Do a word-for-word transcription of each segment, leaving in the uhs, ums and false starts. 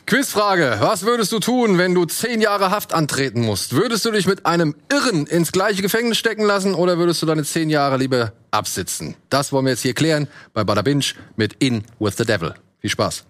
Quizfrage. Was würdest du tun, wenn du zehn Jahre Haft antreten musst? Würdest du dich mit einem Irren ins gleiche Gefängnis stecken lassen oder würdest du deine zehn Jahre lieber absitzen? Das wollen wir jetzt hier klären bei Bada Binge mit In With the Devil. Viel Spaß.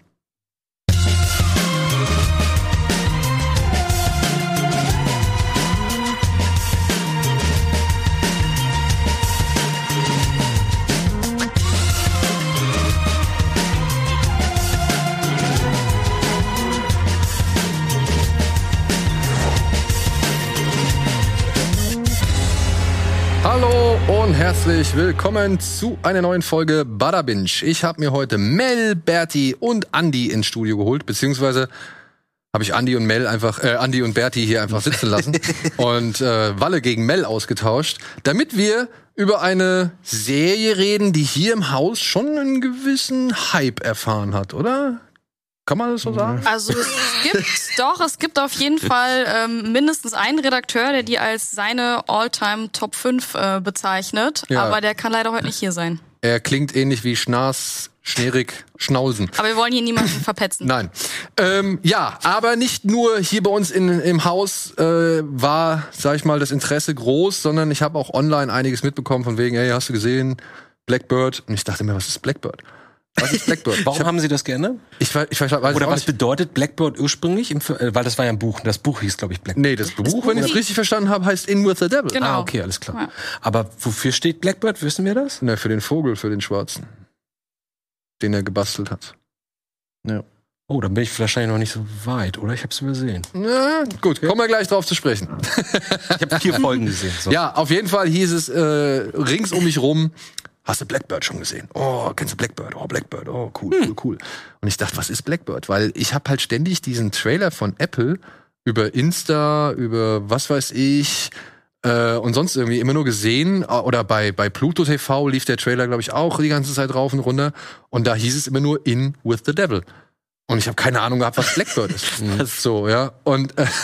Hallo und herzlich willkommen zu einer neuen Folge Bada Binge. Ich habe mir heute Mel, Berti und Andi ins Studio geholt, beziehungsweise habe ich Andi und Mel einfach, äh, Andi und Berti hier einfach sitzen lassen und äh, Walle gegen Mel ausgetauscht, damit wir über eine Serie reden, die hier im Haus schon einen gewissen Hype erfahren hat, oder? Kann man das so sagen? Also es gibt doch, es gibt auf jeden Fall ähm, mindestens einen Redakteur, der die als seine All-Time Top fünf äh, bezeichnet, Ja. aber der kann leider heute nicht hier sein. Er klingt ähnlich wie Schnaas, Schneerig, Schnausen. Aber wir wollen hier niemanden verpetzen. Nein. Ähm, ja, aber nicht nur hier bei uns in, im Haus äh, war, sag ich mal, das Interesse groß, sondern ich habe auch online einiges mitbekommen von wegen, hey, hast du gesehen, Blackbird? Und ich dachte mir, was ist Blackbird? Was ist Blackbird? Warum hab, haben Sie das geändert? ich, weiß, ich weiß, weiß Oder auch was nicht. bedeutet Blackbird ursprünglich? Im, F- äh, weil das war ja ein Buch. Das Buch hieß, glaube ich, Blackbird. Nee, das Buch, wenn ich es richtig verstanden habe, heißt In With the Devil. Genau. Ah, okay, alles klar. Ja. Aber wofür steht Blackbird? Wissen wir das? Ne, für den Vogel, für den Schwarzen. Den er gebastelt hat. Ja. Oh, dann bin ich wahrscheinlich noch nicht so weit, oder? Ich habe es übersehen. Na, gut, kommen wir gleich drauf zu sprechen. Ich habe vier Folgen gesehen. So. Ja, auf jeden Fall hieß es äh, rings um mich rum, hast du Blackbird schon gesehen? Oh, kennst du Blackbird? Oh, Blackbird, oh, cool, cool, cool. Und ich dachte, was ist Blackbird? Weil ich habe halt ständig diesen Trailer von Apple über Insta, über was weiß ich äh, und sonst irgendwie immer nur gesehen. Oder bei, bei Pluto T V lief der Trailer, glaube ich, auch die ganze Zeit rauf und runter. Und da hieß es immer nur In With the Devil. Und ich habe keine Ahnung gehabt, was Blackbird ist. Das ist so, ja. Und, äh,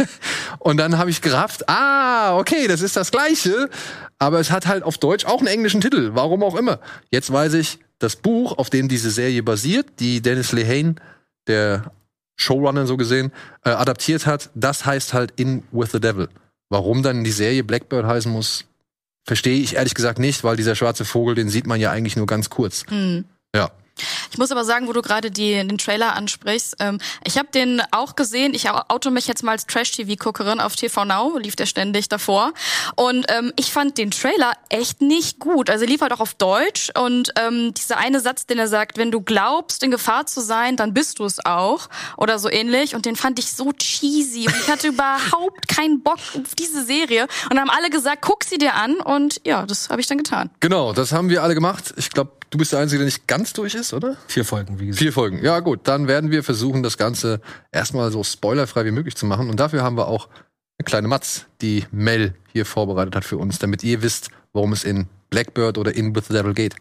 und dann habe ich gerafft, ah, okay, das ist das Gleiche. Aber es hat halt auf Deutsch auch einen englischen Titel. Warum auch immer. Jetzt weiß ich, das Buch, auf dem diese Serie basiert, die Dennis Lehane, der Showrunner so gesehen, äh, adaptiert hat, das heißt halt In With the Devil. Warum dann die Serie Blackbird heißen muss, verstehe ich ehrlich gesagt nicht, weil dieser schwarze Vogel, den sieht man ja eigentlich nur ganz kurz. Mhm. Ja. Ich muss aber sagen, wo du gerade die, den Trailer ansprichst, ähm, ich habe den auch gesehen. Ich oute mich jetzt mal als Trash-T V-Guckerin auf T V Now, lief der ständig davor. Und ähm, ich fand den Trailer echt nicht gut. Also er lief halt auch auf Deutsch. Und ähm, dieser eine Satz, den er sagt, wenn du glaubst, in Gefahr zu sein, dann bist du es auch. Oder so ähnlich. Und den fand ich so cheesy. Und ich hatte überhaupt keinen Bock auf diese Serie. Und dann haben alle gesagt, guck sie dir an. Und ja, das habe ich dann getan. Genau, das haben wir alle gemacht. Ich glaube, du bist der Einzige, der nicht ganz durch ist, oder? Vier Folgen, wie gesagt. Vier Folgen. Ja gut, dann werden wir versuchen, das Ganze erstmal so spoilerfrei wie möglich zu machen. Und dafür haben wir auch eine kleine Matz, die Mel hier vorbereitet hat für uns, damit ihr wisst, worum es in Blackbird oder In With the Devil geht.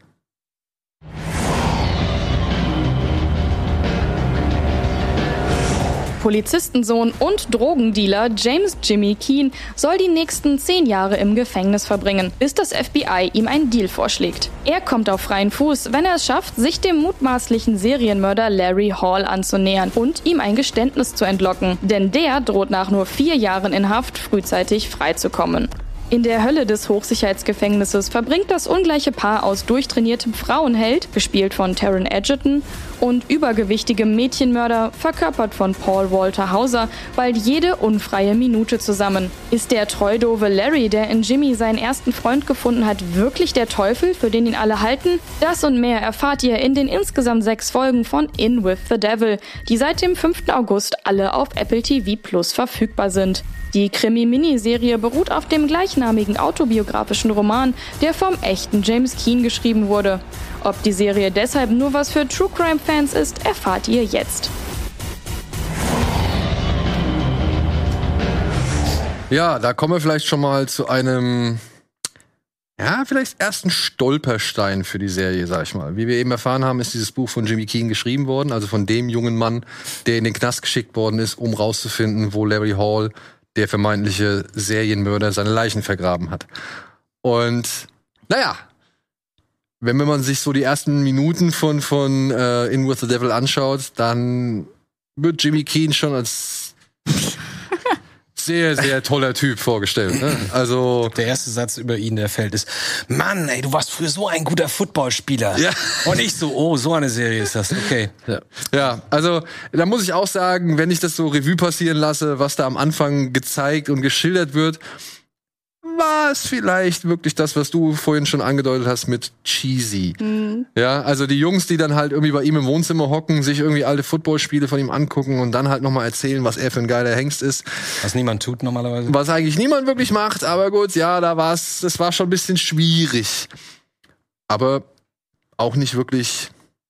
Polizistensohn und Drogendealer James Jimmy Keen soll die nächsten zehn Jahre im Gefängnis verbringen, bis das F B I ihm einen Deal vorschlägt. Er kommt auf freien Fuß, wenn er es schafft, sich dem mutmaßlichen Serienmörder Larry Hall anzunähern und ihm ein Geständnis zu entlocken. Denn der droht nach nur vier Jahren in Haft frühzeitig freizukommen. In der Hölle des Hochsicherheitsgefängnisses verbringt das ungleiche Paar aus durchtrainiertem Frauenheld, gespielt von Taron Egerton, und übergewichtigem Mädchenmörder, verkörpert von Paul Walter Hauser, bald jede unfreie Minute zusammen. Ist der treudove Larry, der in Jimmy seinen ersten Freund gefunden hat, wirklich der Teufel, für den ihn alle halten? Das und mehr erfahrt ihr in den insgesamt sechs Folgen von In With the Devil, die seit dem fünften August alle auf Apple T V Plus verfügbar sind. Die Krimi-Miniserie beruht auf dem gleichnamigen autobiografischen Roman, der vom echten James Keen geschrieben wurde. Ob die Serie deshalb nur was für True-Crime-Fans ist, erfahrt ihr jetzt. Ja, da kommen wir vielleicht schon mal zu einem, ja, vielleicht ersten Stolperstein für die Serie, sag ich mal. Wie wir eben erfahren haben, ist dieses Buch von Jimmy Keen geschrieben worden, also von dem jungen Mann, der in den Knast geschickt worden ist, um rauszufinden, wo Larry Hall, der vermeintliche Serienmörder, seine Leichen vergraben hat. Und, naja, wenn man sich so die ersten Minuten von, von uh, In With the Devil anschaut, dann wird Jimmy Keen schon als sehr, sehr toller Typ vorgestellt. Ne? Also der erste Satz über ihn, der fällt, ist: Mann, ey, du warst früher so ein guter Footballspieler. Ja. Und ich so, oh, so eine Serie ist das. Okay. Ja. ja, also da muss ich auch sagen, wenn ich das so Revue passieren lasse, was da am Anfang gezeigt und geschildert wird, war es vielleicht wirklich das, was du vorhin schon angedeutet hast mit cheesy. Mhm. Ja, also die Jungs, die dann halt irgendwie bei ihm im Wohnzimmer hocken, sich irgendwie alte Footballspiele von ihm angucken und dann halt nochmal erzählen, was er für ein geiler Hengst ist. Was niemand tut normalerweise. Was eigentlich niemand wirklich macht, aber gut, ja, da war's, das war schon ein bisschen schwierig. Aber auch nicht wirklich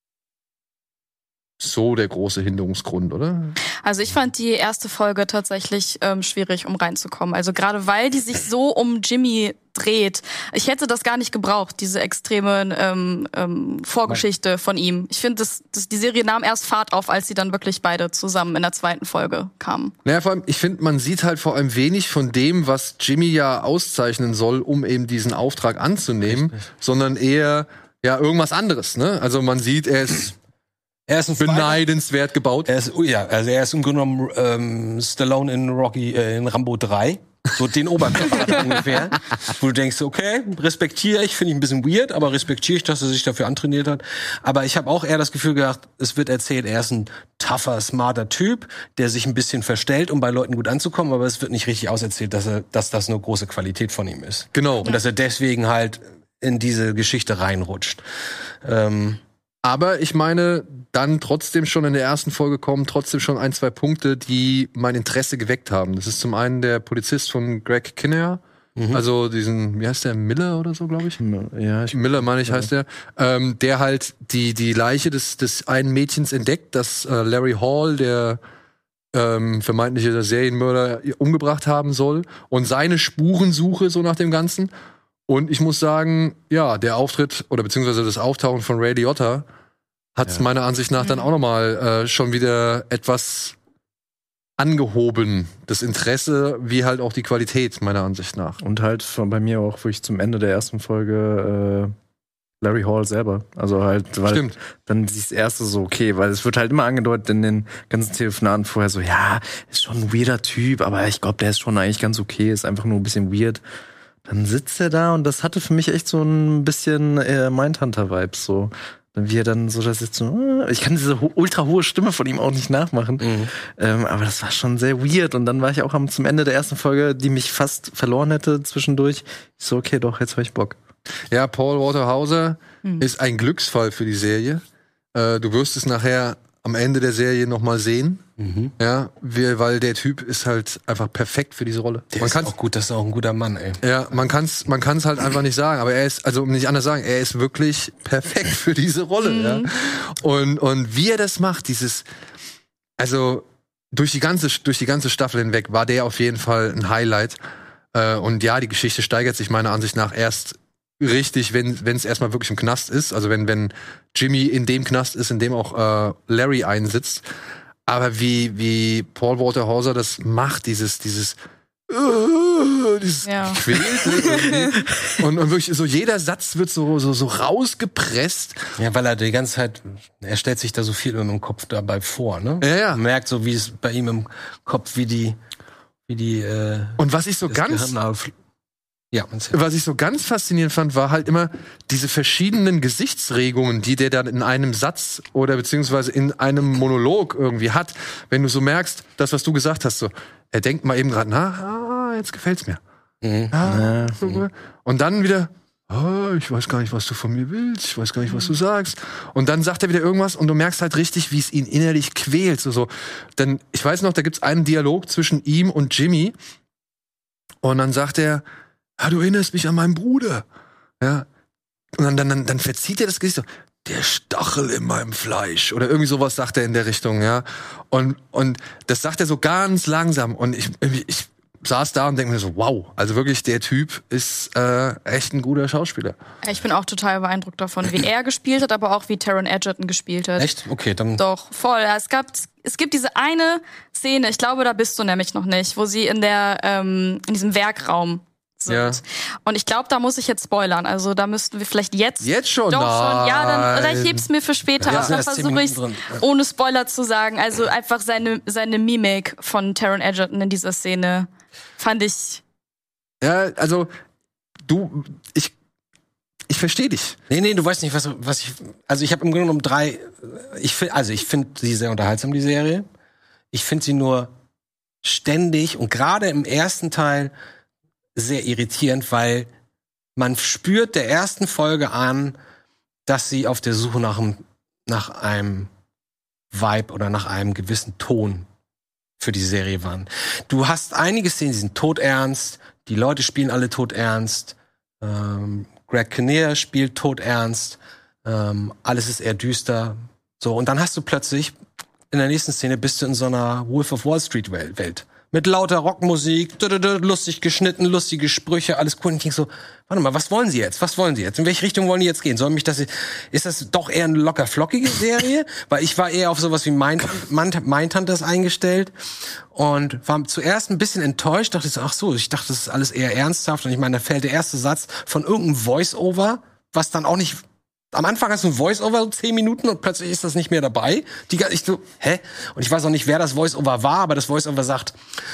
so der große Hinderungsgrund, oder? Also ich fand die erste Folge tatsächlich ähm, schwierig, um reinzukommen. Also gerade weil die sich so um Jimmy dreht. Ich hätte das gar nicht gebraucht, diese extreme ähm, ähm, Vorgeschichte von ihm. Ich finde, das, das, die Serie nahm erst Fahrt auf, als sie dann wirklich beide zusammen in der zweiten Folge kamen. Naja, vor allem, ich finde, man sieht halt vor allem wenig von dem, was Jimmy ja auszeichnen soll, um eben diesen Auftrag anzunehmen, Richtig. sondern eher ja irgendwas anderes. Ne? Also man sieht, er ist Er ist ein beneidenswert gebaut. Er ist, ja, also er ist im Grunde genommen ähm, Stallone in Rocky, äh, in Rambo drei. So den Oberkörper hat er ungefähr. Wo du denkst, okay, respektiere ich, finde ich ein bisschen weird, aber respektiere ich, dass er sich dafür antrainiert hat. Aber ich habe auch eher das Gefühl gehabt, es wird erzählt, er ist ein tougher, smarter Typ, der sich ein bisschen verstellt, um bei Leuten gut anzukommen, aber es wird nicht richtig auserzählt, dass er, dass das eine große Qualität von ihm ist. Genau. Und dass er deswegen halt in diese Geschichte reinrutscht. Ähm, Aber ich meine, dann trotzdem schon in der ersten Folge kommen trotzdem schon ein, zwei Punkte, die mein Interesse geweckt haben. Das ist zum einen der Polizist von Greg Kinnear, mhm. also diesen, wie heißt der, Miller oder so, glaube ich? Ja, ich Miller, meine ich, ja. heißt der. Ähm, der halt die, die Leiche des, des einen Mädchens entdeckt, das äh, Larry Hall, der ähm, vermeintliche Serienmörder, umgebracht haben soll. Und seine Spurensuche so nach dem Ganzen. Und ich muss sagen, ja, der Auftritt oder beziehungsweise das Auftauchen von Ray Liotta hat es ja. meiner Ansicht nach dann auch nochmal äh, schon wieder etwas angehoben. Das Interesse wie halt auch die Qualität, meiner Ansicht nach. Und halt von, bei mir auch wirklich zum Ende der ersten Folge äh, Larry Hall selber. Also halt, weil Stimmt. dann das erste so, okay, weil es wird halt immer angedeutet in den ganzen Telefonaten vorher so, ja, ist schon ein weirder Typ, aber ich glaube, der ist schon eigentlich ganz okay, ist einfach nur ein bisschen weird. Dann sitzt er da und das hatte für mich echt so ein bisschen äh, Mindhunter-Vibes, so. Wie er dann so da sitzt, so, ich kann diese ho- ultra hohe Stimme von ihm auch nicht nachmachen. Mhm. Ähm, aber das war schon sehr weird. Und dann war ich auch am, zum Ende der ersten Folge, die mich fast verloren hätte zwischendurch. Ich so, okay, doch, jetzt hab ich Bock. Ja, Paul Walter Hauser mhm. ist ein Glücksfall für die Serie. Äh, du wirst es nachher am Ende der Serie nochmal sehen. Mhm. Ja, wir, weil der Typ ist halt einfach perfekt für diese Rolle. Der man ist auch gut, das ist auch ein guter Mann, ey. Ja, man kann's, man kann's halt einfach nicht sagen, aber er ist, also um nicht anders sagen, er ist wirklich perfekt für diese Rolle, mhm. ja. Und, und wie er das macht, dieses, also, durch die ganze, durch die ganze Staffel hinweg war der auf jeden Fall ein Highlight. Äh, und ja, die Geschichte steigert sich meiner Ansicht nach erst richtig, wenn wenn es erstmal wirklich im Knast ist, also wenn wenn Jimmy in dem Knast ist, in dem auch äh, Larry einsitzt. Aber wie wie Paul Walter Hauser das macht, dieses dieses uh, dieses ja. Quält und, und wirklich so jeder Satz wird so so so rausgepresst. Ja, weil er die ganze Zeit, er stellt sich da so viel im Kopf dabei vor, ne? Ja, ja. Man merkt so, wie es bei ihm im Kopf, wie die wie die äh, und was ich so ganz Ja, was ich so ganz faszinierend fand, war halt immer diese verschiedenen Gesichtsregungen, die der dann in einem Satz oder beziehungsweise in einem Monolog irgendwie hat. Wenn du so merkst, das, was du gesagt hast, so, er denkt mal eben gerade, na, ah, jetzt gefällt's mir. Mhm. Ah, so, mhm. Und dann wieder, oh, ich weiß gar nicht, was du von mir willst, ich weiß gar nicht, was du sagst. Und dann sagt er wieder irgendwas und du merkst halt richtig, wie es ihn innerlich quält. So, so. Denn ich weiß noch, da gibt's einen Dialog zwischen ihm und Jimmy und dann sagt er, ah, du erinnerst mich an meinen Bruder. Ja. Und dann, dann, dann verzieht er das Gesicht so, der Stachel in meinem Fleisch. Oder irgendwie sowas sagt er in der Richtung, ja. Und, und das sagt er so ganz langsam. Und ich, ich saß da und denke mir so, wow. Also wirklich, der Typ ist äh, echt ein guter Schauspieler. Ich bin auch total beeindruckt davon, wie er gespielt hat, aber auch wie Taron Egerton gespielt hat. Echt? Okay, dann... Doch, voll. Es gab... Es gibt diese eine Szene, ich glaube, da bist du nämlich noch nicht, wo sie in der ähm, in diesem Werkraum sind. Ja. Und ich glaube, da muss ich jetzt spoilern. Also da müssten wir vielleicht jetzt. Jetzt schon? Doch schon. Ja, dann oder ich Nein. heb's mir für später. Ja, Ja, sind dann erst zehn versuche ich Minuten drin. ohne Spoiler zu sagen. Also einfach seine seine Mimik von Taron Egerton in dieser Szene fand ich. Ja, also du, ich, ich verstehe dich. Nee, nee, du weißt nicht, was, was ich. Also ich habe im Grunde genommen drei. Ich find, also ich finde sie sehr unterhaltsam, die Serie. Ich finde sie nur ständig und gerade im ersten Teil sehr irritierend, weil man spürt der ersten Folge an, dass sie auf der Suche nach einem, nach einem Vibe oder nach einem gewissen Ton für die Serie waren. Du hast einige Szenen, die sind todernst, die Leute spielen alle todernst, ähm, Greg Kinnear spielt todernst, ähm, alles ist eher düster. So, und dann hast du plötzlich, in der nächsten Szene bist du in so einer Wolf of Wall Street Welt. Mit lauter Rockmusik, lustig geschnitten, lustige Sprüche, alles cool. Und ich denk so, warte mal, was wollen sie jetzt? Was wollen sie jetzt? In welche Richtung wollen die jetzt gehen? Sollen mich das, ist das doch eher eine locker flockige Serie? Weil ich war eher auf sowas wie Mindhunters eingestellt und war zuerst ein bisschen enttäuscht, dachte so, ach so, ich dachte, das ist alles eher ernsthaft. Und ich meine, da fällt der erste Satz von irgendeinem Voice-Over, was dann auch nicht. Am Anfang hast du ein Voice-Over, so zehn Minuten, und plötzlich ist das nicht mehr dabei. Die, ich so, hä? Und ich weiß auch nicht, wer das Voice-Over war, aber das Voice-Over sagt,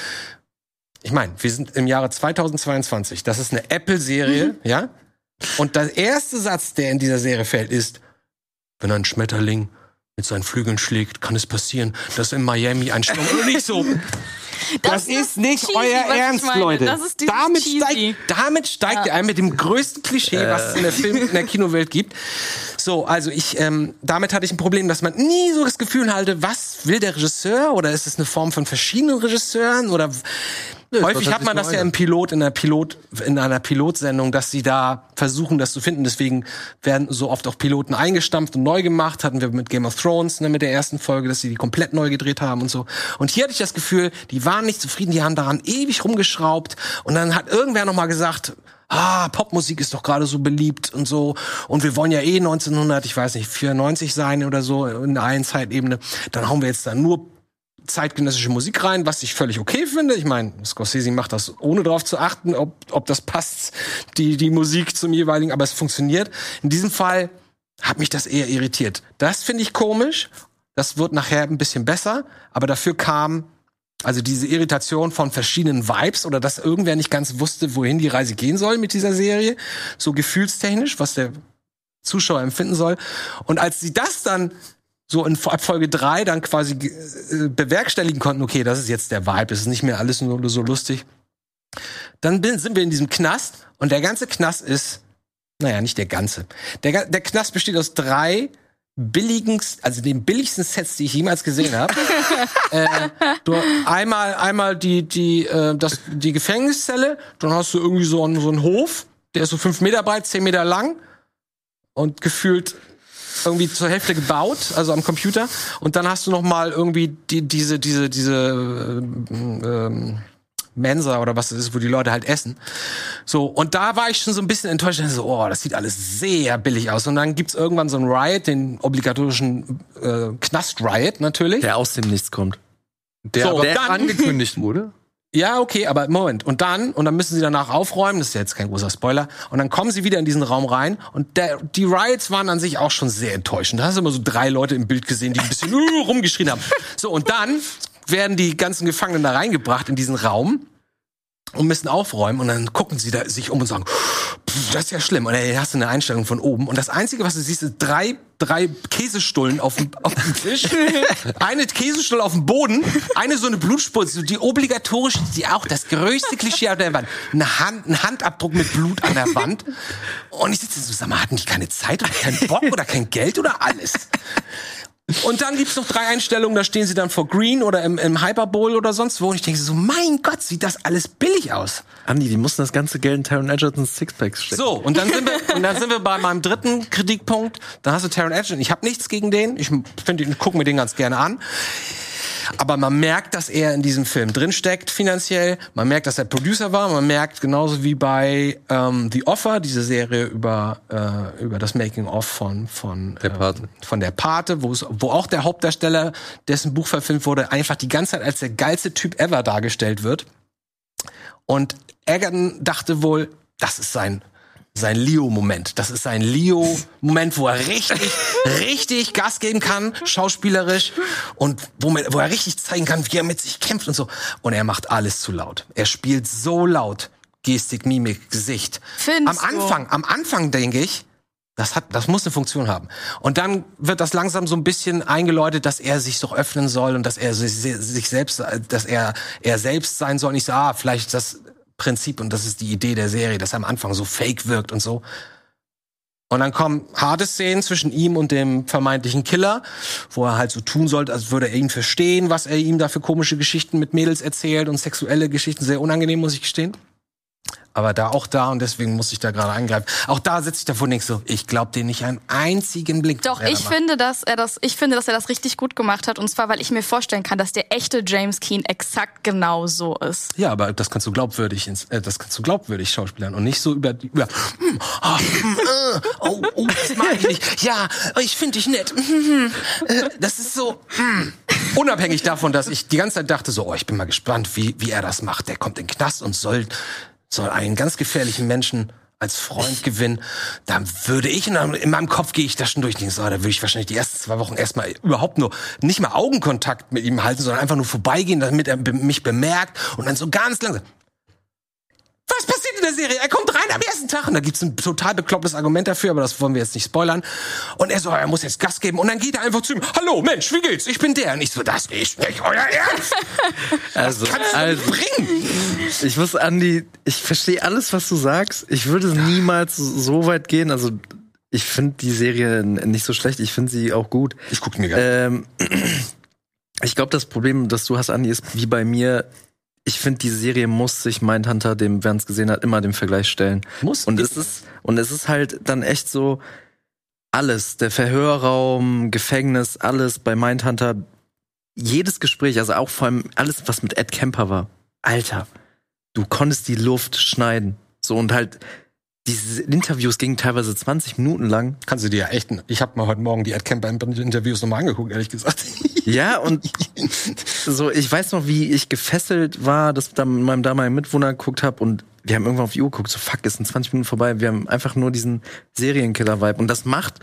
ich meine, wir sind im Jahre zweitausendzweiundzwanzig. Das ist eine Apple-Serie, mhm. ja? Und der erste Satz, der in dieser Serie fällt, ist, wenn ein Schmetterling mit seinen Flügeln schlägt, kann es passieren, dass in Miami ein Sturm oder nicht so. Das, das ist nicht cheesy, euer Ernst, Leute. Das ist damit steigt, damit steigt ja. ihr ein mit dem größten Klischee, äh. was es in der Film, in der Kinowelt gibt. So, also ich, ähm, damit hatte ich ein Problem, dass man nie so das Gefühl hatte, was will der Regisseur? Oder ist es eine Form von verschiedenen Regisseuren? Oder ja, häufig hat man das ja im Pilot, in einer Pilot, in einer Pilotsendung, dass sie da versuchen, das zu finden. Deswegen werden so oft auch Piloten eingestampft und neu gemacht. Hatten wir mit Game of Thrones, ne, mit der ersten Folge, dass sie die komplett neu gedreht haben und so. Und hier hatte ich das Gefühl, die waren nicht zufrieden, die haben daran ewig rumgeschraubt. Und dann hat irgendwer noch mal gesagt, ah, Popmusik ist doch gerade so beliebt und so. Und wir wollen ja eh neunzehnhundert, ich weiß nicht, vierundneunzig sein oder so in der einen Zeitebene. Dann hauen wir jetzt da nur zeitgenössische Musik rein, was ich völlig okay finde. Ich meine, Scorsese macht das, ohne darauf zu achten, ob, ob das passt, die, die Musik zum jeweiligen, aber es funktioniert. In diesem Fall hat mich das eher irritiert. Das finde ich komisch. Das wird nachher ein bisschen besser, aber dafür kam also diese Irritation von verschiedenen Vibes oder dass irgendwer nicht ganz wusste, wohin die Reise gehen soll mit dieser Serie, so gefühlstechnisch, was der Zuschauer empfinden soll. Und als sie das dann so in Folge drei dann quasi äh, bewerkstelligen konnten, okay, das ist jetzt der Vibe, es ist nicht mehr alles nur so lustig. Dann bin, sind wir in diesem Knast und der ganze Knast ist, naja, nicht der ganze. Der, der Knast besteht aus drei billigen, also den billigsten Sets, die ich jemals gesehen habe. äh, du, einmal, einmal die, die, äh, das, die Gefängniszelle, dann hast du irgendwie so einen, so einen Hof, der ist so fünf Meter breit, zehn Meter lang und gefühlt irgendwie zur Hälfte gebaut, also am Computer. Und dann hast du noch mal irgendwie die, diese, diese, diese äh, ähm, Mensa oder was das ist, wo die Leute halt essen. So, und da war ich schon so ein bisschen enttäuscht. Und so, oh, das sieht alles sehr billig aus. Und dann gibt's irgendwann so einen Riot, den obligatorischen äh, Knast-Riot natürlich. Der aus dem Nichts kommt. Der, so, aber der dann angekündigt wurde. Ja, okay, aber Moment. Und dann, und dann müssen sie danach aufräumen, das ist ja jetzt kein großer Spoiler, und dann kommen sie wieder in diesen Raum rein, und der, die Riots waren an sich auch schon sehr enttäuschend. Da hast du immer so drei Leute im Bild gesehen, die ein bisschen uh, rumgeschrien haben. So, und dann werden die ganzen Gefangenen da reingebracht in diesen Raum und müssen aufräumen, und dann gucken sie da sich um und sagen, das ist ja schlimm. Und dann hast du eine Einstellung von oben, und das Einzige, was du siehst, ist drei drei Käsestullen auf dem, auf dem Tisch, eine Käsestulle auf dem Boden, eine so eine Blutspur, die obligatorische, die auch das größte Klischee auf der Wand, eine Hand, ein Handabdruck mit Blut an der Wand. Und ich sitze so, sag mal, hatten die keine Zeit oder keinen Bock oder kein Geld oder alles? Und dann gibt's noch drei Einstellungen, da stehen sie dann vor Green oder im, im Hyperbowl oder sonst wo. Und ich denke so, mein Gott, sieht das alles billig aus. Andi, die mussten das ganze Geld in Taron Egertons Sixpacks stecken. So, und dann sind wir, und dann sind wir bei meinem dritten Kritikpunkt. Da hast du Taron Egerton. Ich habe nichts gegen den. Ich finde, ich gucke mir den ganz gerne an. Aber man merkt, dass er in diesem Film drinsteckt finanziell. Man merkt, dass er Producer war. Man merkt genauso wie bei ähm, The Offer, diese Serie über äh, über das Making-of von von der Pate, äh, von der Pate, wo es, wo auch der Hauptdarsteller, dessen Buch verfilmt wurde, einfach die ganze Zeit als der geilste Typ ever dargestellt wird. Und Egerton dachte wohl, das ist sein sein Leo-Moment. Das ist sein Leo-Moment, wo er richtig, richtig Gas geben kann, schauspielerisch, und wo, man, wo er richtig zeigen kann, wie er mit sich kämpft und so. Und er macht alles zu laut. Er spielt so laut. Gestik, Mimik, Gesicht. Findest am Anfang, am Anfang denke ich, das hat, das muss eine Funktion haben. Und dann wird das langsam so ein bisschen eingeläutet, dass er sich so öffnen soll und dass er sich, sich selbst, dass er, er selbst sein soll. Und ich so, ah, vielleicht das Prinzip, und das ist die Idee der Serie, dass er am Anfang so fake wirkt und so. Und dann kommen harte Szenen zwischen ihm und dem vermeintlichen Killer, wo er halt so tun sollte, als würde er ihn verstehen, was er ihm da für komische Geschichten mit Mädels erzählt und sexuelle Geschichten. Sehr unangenehm, muss ich gestehen. Aber da auch da, und deswegen muss ich da gerade eingreifen. Auch da sitze ich davor und denk so, ich glaube dir nicht einen einzigen Blick. Doch, ich finde, dass er das, ich finde, dass er das richtig gut gemacht hat. Und zwar, weil ich mir vorstellen kann, dass der echte James Keen exakt genau so ist. Ja, aber das kannst du glaubwürdig, ins, äh, das kannst du glaubwürdig schauspielern und nicht so über, über hm, oh, hm, äh, oh, oh, das mag ich nicht. Ja, ich finde dich nett. Das ist so, hm. Unabhängig davon, dass ich die ganze Zeit dachte so, oh, ich bin mal gespannt, wie, wie er das macht. Der kommt in den Knast und soll, soll einen ganz gefährlichen Menschen als Freund gewinnen. Da würde ich, in, in meinem Kopf gehe ich da schon durch. So, da würde ich wahrscheinlich die ersten zwei Wochen erstmal überhaupt nur, nicht mal Augenkontakt mit ihm halten, sondern einfach nur vorbeigehen, damit er be- mich bemerkt und dann so ganz langsam. Was passiert in der Serie? Er kommt rein am ersten Tag und da gibt's ein total beklopptes Argument dafür, aber das wollen wir jetzt nicht spoilern. Und er so, er muss jetzt Gas geben und dann geht er einfach zu ihm, hallo Mensch, wie geht's? Ich bin der. Und ich so, das ist nicht euer Ernst. Also, Kannst du also bringen? ich muss, Andi, ich verstehe alles, was du sagst. Ich würde niemals so weit gehen. Also, ich finde die Serie nicht so schlecht. Ich finde sie auch gut. Ich gucke mir gerne. Ähm, ich glaube, das Problem, das du hast, Andi, ist wie bei mir. Ich finde, die Serie muss sich Mindhunter, dem, wer es gesehen hat, immer dem Vergleich stellen. Muss. Und es ist, und es ist halt dann echt so alles. Der Verhörraum, Gefängnis, alles bei Mindhunter. Jedes Gespräch, also auch vor allem alles, was mit Ed Kemper war. Alter, du konntest die Luft schneiden. So, und halt, diese Interviews gingen teilweise zwanzig Minuten lang. Kannst du dir ja echt, ich habe mal heute Morgen die Ed Kemper Interviews nochmal angeguckt, ehrlich gesagt. Ja, und so, ich weiß noch, wie ich gefesselt war, dass ich da mit meinem damaligen Mitwohner geguckt habe und wir haben irgendwann auf die Uhr geguckt, so fuck, es sind zwanzig Minuten vorbei. Wir haben einfach nur diesen Serienkiller-Vibe und das macht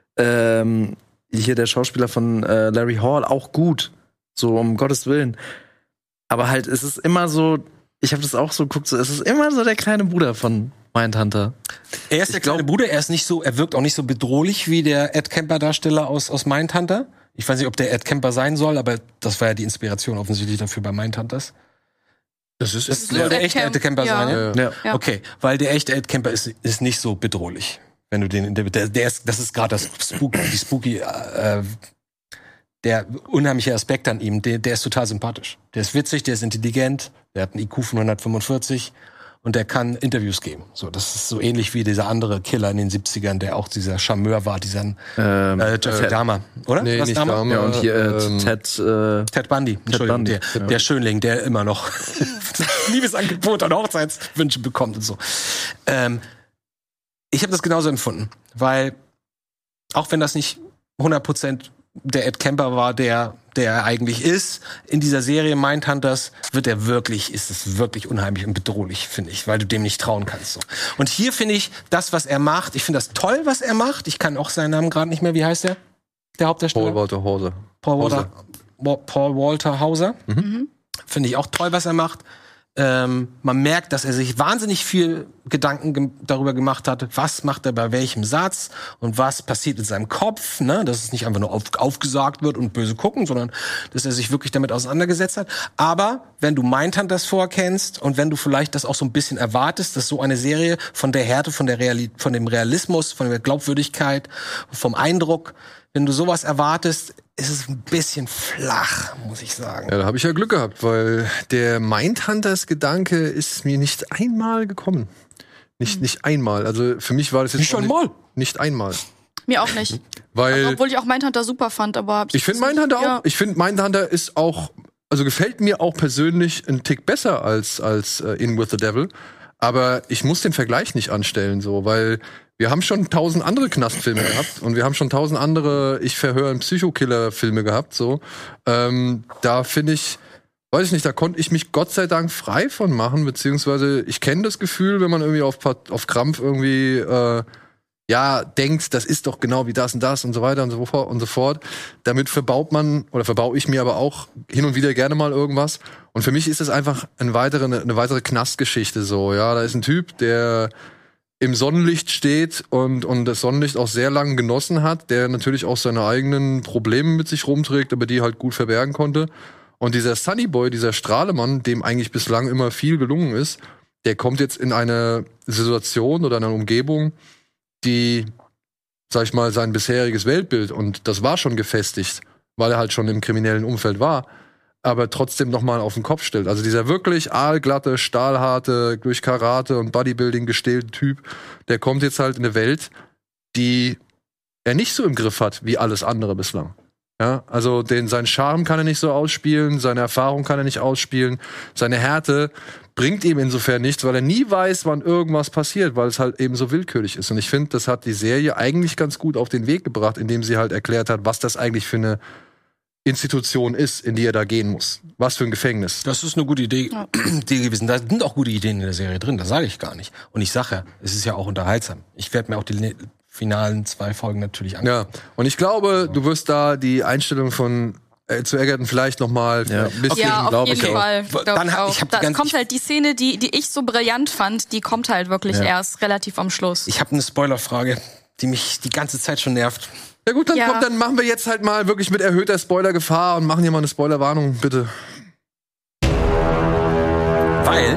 ähm, hier der Schauspieler von äh, Larry Hall auch gut, so um Gottes Willen. Aber halt, es ist immer so, ich habe das auch so geguckt, so, es ist immer so der kleine Bruder von Mindhunter. Er ist der kleine Bruder, er ist nicht so, er wirkt auch nicht so bedrohlich wie der Ed Kemper Darsteller aus aus Mindhunter. Ich weiß nicht, ob der Ed Kemper sein soll, aber das war ja die Inspiration offensichtlich dafür bei Mindhunters. Das ist, das soll der Ed echte Kemp- Ed Kemper ja. sein, ja? Ja. Ja. Okay, weil der echte Ed Kemper ist ist nicht so bedrohlich, wenn du den der, der ist, das ist gerade das spooky, die spooky äh, der unheimliche Aspekt an ihm, der, der ist total sympathisch. Der ist witzig, der ist intelligent, der hat einen I Q von hundertfünfundvierzig und der kann Interviews geben. So, das ist so ähnlich wie dieser andere Killer in den siebzigern, der auch dieser Charmeur war, dieser Ähm, äh, Jeffrey äh, Dahmer, oder? Nee, Was, nicht Dahmer? Dahmer. Ja, und hier äh, Ähm, Ted, äh, Ted Bundy, Entschuldigung, Bundy, der, ja. der Schönling, der immer noch Liebesangebot und Hochzeitswünsche bekommt und so. Ähm, ich habe das genauso empfunden, weil auch wenn das nicht hundert Prozent der Ed Kemper war, der der er eigentlich ist, in dieser Serie Mindhunters wird er wirklich, ist es wirklich unheimlich und bedrohlich, finde ich, weil du dem nicht trauen kannst. So. Und hier finde ich das, was er macht, ich finde das toll, was er macht. Ich kann auch seinen Namen gerade nicht mehr, wie heißt der? Der Hauptdarsteller? Paul Walter Hauser. Paul Walter, Wa- Paul Walter Hauser. Mhm. Finde ich auch toll, was er macht. Ähm, man merkt, dass er sich wahnsinnig viel Gedanken ge- darüber gemacht hat, was macht er bei welchem Satz und was passiert in seinem Kopf, ne? Dass es nicht einfach nur auf, aufgesagt wird und böse gucken, sondern dass er sich wirklich damit auseinandergesetzt hat. Aber wenn du Mindhunters vorkennst und wenn du vielleicht das auch so ein bisschen erwartest, dass so eine Serie von der Härte, von der Reali- von dem Realismus, von der Glaubwürdigkeit, vom Eindruck, wenn du sowas erwartest, ist es ein bisschen flach, muss ich sagen. Ja, da habe ich ja Glück gehabt, weil der Mindhunters-Gedanke ist mir nicht einmal gekommen. Nicht, nicht einmal. Also für mich war das jetzt Nicht auch einmal? Nicht einmal. Mir auch nicht. Weil Also, obwohl ich auch Mindhunter super fand, aber hab ich finde Mindhunter auch. Ja. Ich finde Mindhunter ist auch, also gefällt mir auch persönlich ein Tick besser als als äh, In With the Devil. Aber ich muss den Vergleich nicht anstellen, so, weil wir haben schon tausend andere Knastfilme gehabt und wir haben schon tausend andere Ich verhöre einen Psychokiller-Filme gehabt, so. Ähm, da finde ich weiß ich nicht, da konnte ich mich Gott sei Dank frei von machen, beziehungsweise ich kenne das Gefühl, wenn man irgendwie auf, auf Krampf irgendwie äh, ja, denkt, das ist doch genau wie das und das und so weiter und so fort und so fort. Damit verbaut man, oder verbau ich mir aber auch hin und wieder gerne mal irgendwas. Und für mich ist es einfach eine weitere, eine weitere Knastgeschichte so, ja. Da ist ein Typ, der im Sonnenlicht steht und, und das Sonnenlicht auch sehr lange genossen hat, der natürlich auch seine eigenen Probleme mit sich rumträgt, aber die halt gut verbergen konnte. Und dieser Sunnyboy, dieser Strahlemann, dem eigentlich bislang immer viel gelungen ist, der kommt jetzt in eine Situation oder eine Umgebung, die, sag ich mal, sein bisheriges Weltbild, und das war schon gefestigt, weil er halt schon im kriminellen Umfeld war, aber trotzdem nochmal auf den Kopf stellt. Also dieser wirklich aalglatte, stahlharte, durch Karate und Bodybuilding gestählte Typ, der kommt jetzt halt in eine Welt, die er nicht so im Griff hat, wie alles andere bislang. Ja, also den, seinen Charme kann er nicht so ausspielen, seine Erfahrung kann er nicht ausspielen, seine Härte bringt ihm insofern nichts, weil er nie weiß, wann irgendwas passiert, weil es halt eben so willkürlich ist. Und ich finde, das hat die Serie eigentlich ganz gut auf den Weg gebracht, indem sie halt erklärt hat, was das eigentlich für eine Institution ist, in die er da gehen muss. Was für ein Gefängnis. Das ist eine gute Idee, ja. Idee gewesen. Da sind auch gute Ideen in der Serie drin, das sage ich gar nicht. Und ich sage ja, es ist ja auch unterhaltsam. Ich werde mir auch die finalen zwei Folgen natürlich angucken. Ja, und ich glaube, du wirst da die Einstellung von äh, zu Egerton vielleicht noch mal ja. ein bisschen, ja, auf jeden ich Fall. auch. Dann, ich auch. Hab Da ganz, kommt halt die Szene, die, die ich so brillant fand, die kommt halt wirklich ja. erst relativ am Schluss. Ich habe eine Spoilerfrage, die mich die ganze Zeit schon nervt. Ja gut, dann, ja. komm, dann machen wir jetzt halt mal wirklich mit erhöhter Spoilergefahr und machen hier mal eine Spoilerwarnung, bitte. Weil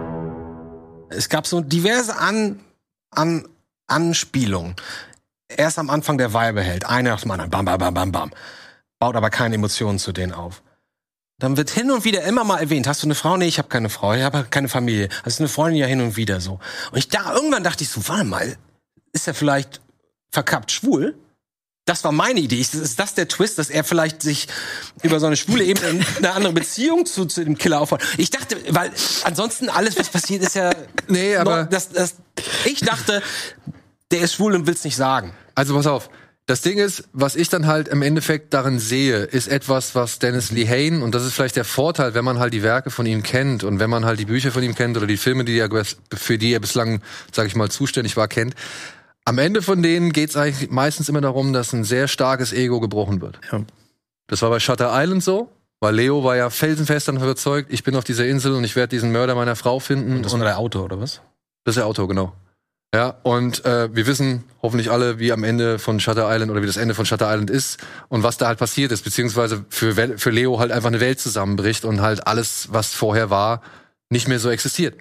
es gab so diverse An, An, Anspielungen. Erst am Anfang der Weihbehält, einer nach dem anderen, bam, bam, bam, bam, bam. Baut aber keine Emotionen zu denen auf. Dann wird hin und wieder immer mal erwähnt, hast du eine Frau? Nee, ich habe keine Frau, ich habe keine Familie. Hast du eine Freundin? Ja, hin und wieder so. Und ich da, irgendwann dachte ich so, warte mal, ist er vielleicht verkappt schwul? Das war meine Idee. Ist das der Twist, dass er vielleicht sich über so eine schwule Ebene eine andere Beziehung zu, zu dem Killer aufbaut? Ich dachte, weil ansonsten alles, was passiert, ist ja... Nee, aber... Noch, das, das, ich dachte, der ist schwul und will's nicht sagen. Also pass auf. Das Ding ist, was ich dann halt im Endeffekt darin sehe, ist etwas, was Dennis Lehane, und das ist vielleicht der Vorteil, wenn man halt die Werke von ihm kennt und wenn man halt die Bücher von ihm kennt oder die Filme, die er, für die er bislang, sag ich mal, zuständig war, kennt. Am Ende von denen geht's eigentlich meistens immer darum, dass ein sehr starkes Ego gebrochen wird. Ja. Das war bei Shutter Island so, weil Leo war ja felsenfest davon überzeugt, ich bin auf dieser Insel und ich werde diesen Mörder meiner Frau finden. Und das und war der Autor, oder was? Das ist der Autor, genau. Ja, und äh, wir wissen hoffentlich alle, wie am Ende von Shutter Island oder wie das Ende von Shutter Island ist und was da halt passiert ist, beziehungsweise für, für Leo halt einfach eine Welt zusammenbricht und halt alles, was vorher war, nicht mehr so existiert.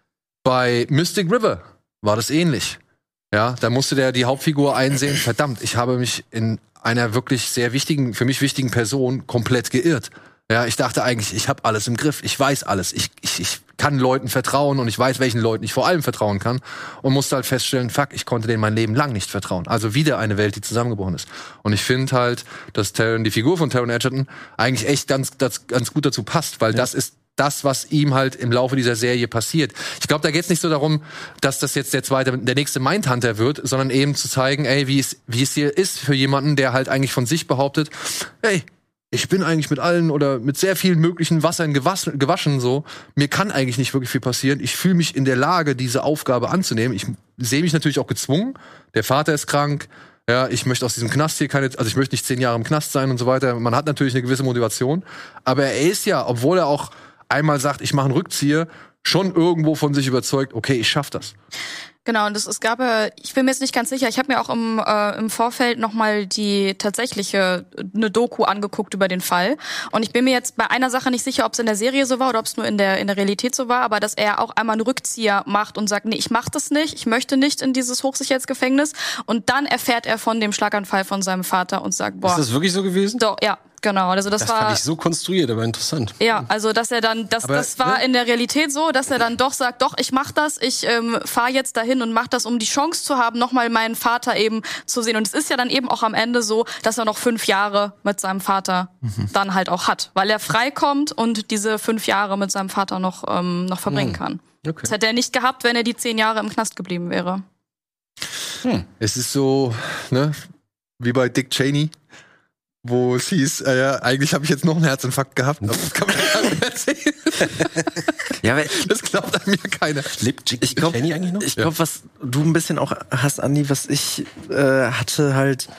Bei Mystic River war das ähnlich. Ja, da musste der die Hauptfigur einsehen, verdammt, ich habe mich in einer wirklich sehr wichtigen, für mich wichtigen Person komplett geirrt. Ja, ich dachte eigentlich, ich habe alles im Griff, ich weiß alles, ich, ich, ich kann Leuten vertrauen und ich weiß, welchen Leuten ich vor allem vertrauen kann und musste halt feststellen, fuck, ich konnte denen mein Leben lang nicht vertrauen. Also wieder eine Welt, die zusammengebrochen ist. Und ich finde halt, dass Taron, die Figur von Taron Egerton eigentlich echt ganz, das, ganz gut dazu passt, weil ja. das ist das, was ihm halt im Laufe dieser Serie passiert. Ich glaube, da geht's nicht so darum, dass das jetzt der zweite, der nächste Mindhunter wird, sondern eben zu zeigen, ey, wie es, wie es hier ist für jemanden, der halt eigentlich von sich behauptet, ey, ich bin eigentlich mit allen oder mit sehr vielen möglichen Wassern gewaschen, gewaschen so. Mir kann eigentlich nicht wirklich viel passieren. Ich fühle mich in der Lage, diese Aufgabe anzunehmen. Ich sehe mich natürlich auch gezwungen. Der Vater ist krank. Ja, ich möchte aus diesem Knast hier keine, also ich möchte nicht zehn Jahre im Knast sein und so weiter. Man hat natürlich eine gewisse Motivation. Aber er ist ja, obwohl er auch einmal sagt, ich mache einen Rückzieher, schon irgendwo von sich überzeugt, okay, ich schaff das. Genau, und es, es gab, ich bin mir jetzt nicht ganz sicher, ich habe mir auch im, äh, im Vorfeld nochmal die tatsächliche, eine Doku angeguckt über den Fall. Und ich bin mir jetzt bei einer Sache nicht sicher, ob es in der Serie so war oder ob es nur in der, in der Realität so war, aber dass er auch einmal einen Rückzieher macht und sagt, nee, ich mach das nicht, ich möchte nicht in dieses Hochsicherheitsgefängnis. Und dann erfährt er von dem Schlaganfall von seinem Vater und sagt, boah. Ist das wirklich so gewesen? Doch, ja. Genau, also das, das war. Das fand ich so konstruiert, aber interessant. Ja, also dass er dann, das, aber, das war ne? in der Realität so, dass er dann doch sagt, doch, ich mach das, ich ähm, fahre jetzt dahin und mach das, um die Chance zu haben, nochmal meinen Vater eben zu sehen. Und es ist ja dann eben auch am Ende so, dass er noch fünf Jahre mit seinem Vater mhm. dann halt auch hat, weil er freikommt und diese fünf Jahre mit seinem Vater noch ähm, noch verbringen mhm. kann. Okay. Das hätte er nicht gehabt, wenn er die zehn Jahre im Knast geblieben wäre. Hm. Es ist so, ne, wie bei Dick Cheney. wo es hieß, äh, ja, eigentlich habe ich jetzt noch einen Herzinfarkt gehabt, aber das kann man gar nicht erzählen. Ja, aber Das glaubt an mir keiner. Lebt Jackie ich glaube, Kenny eigentlich noch? ich glaube, was du ein bisschen auch hast, Andi, was ich äh, hatte halt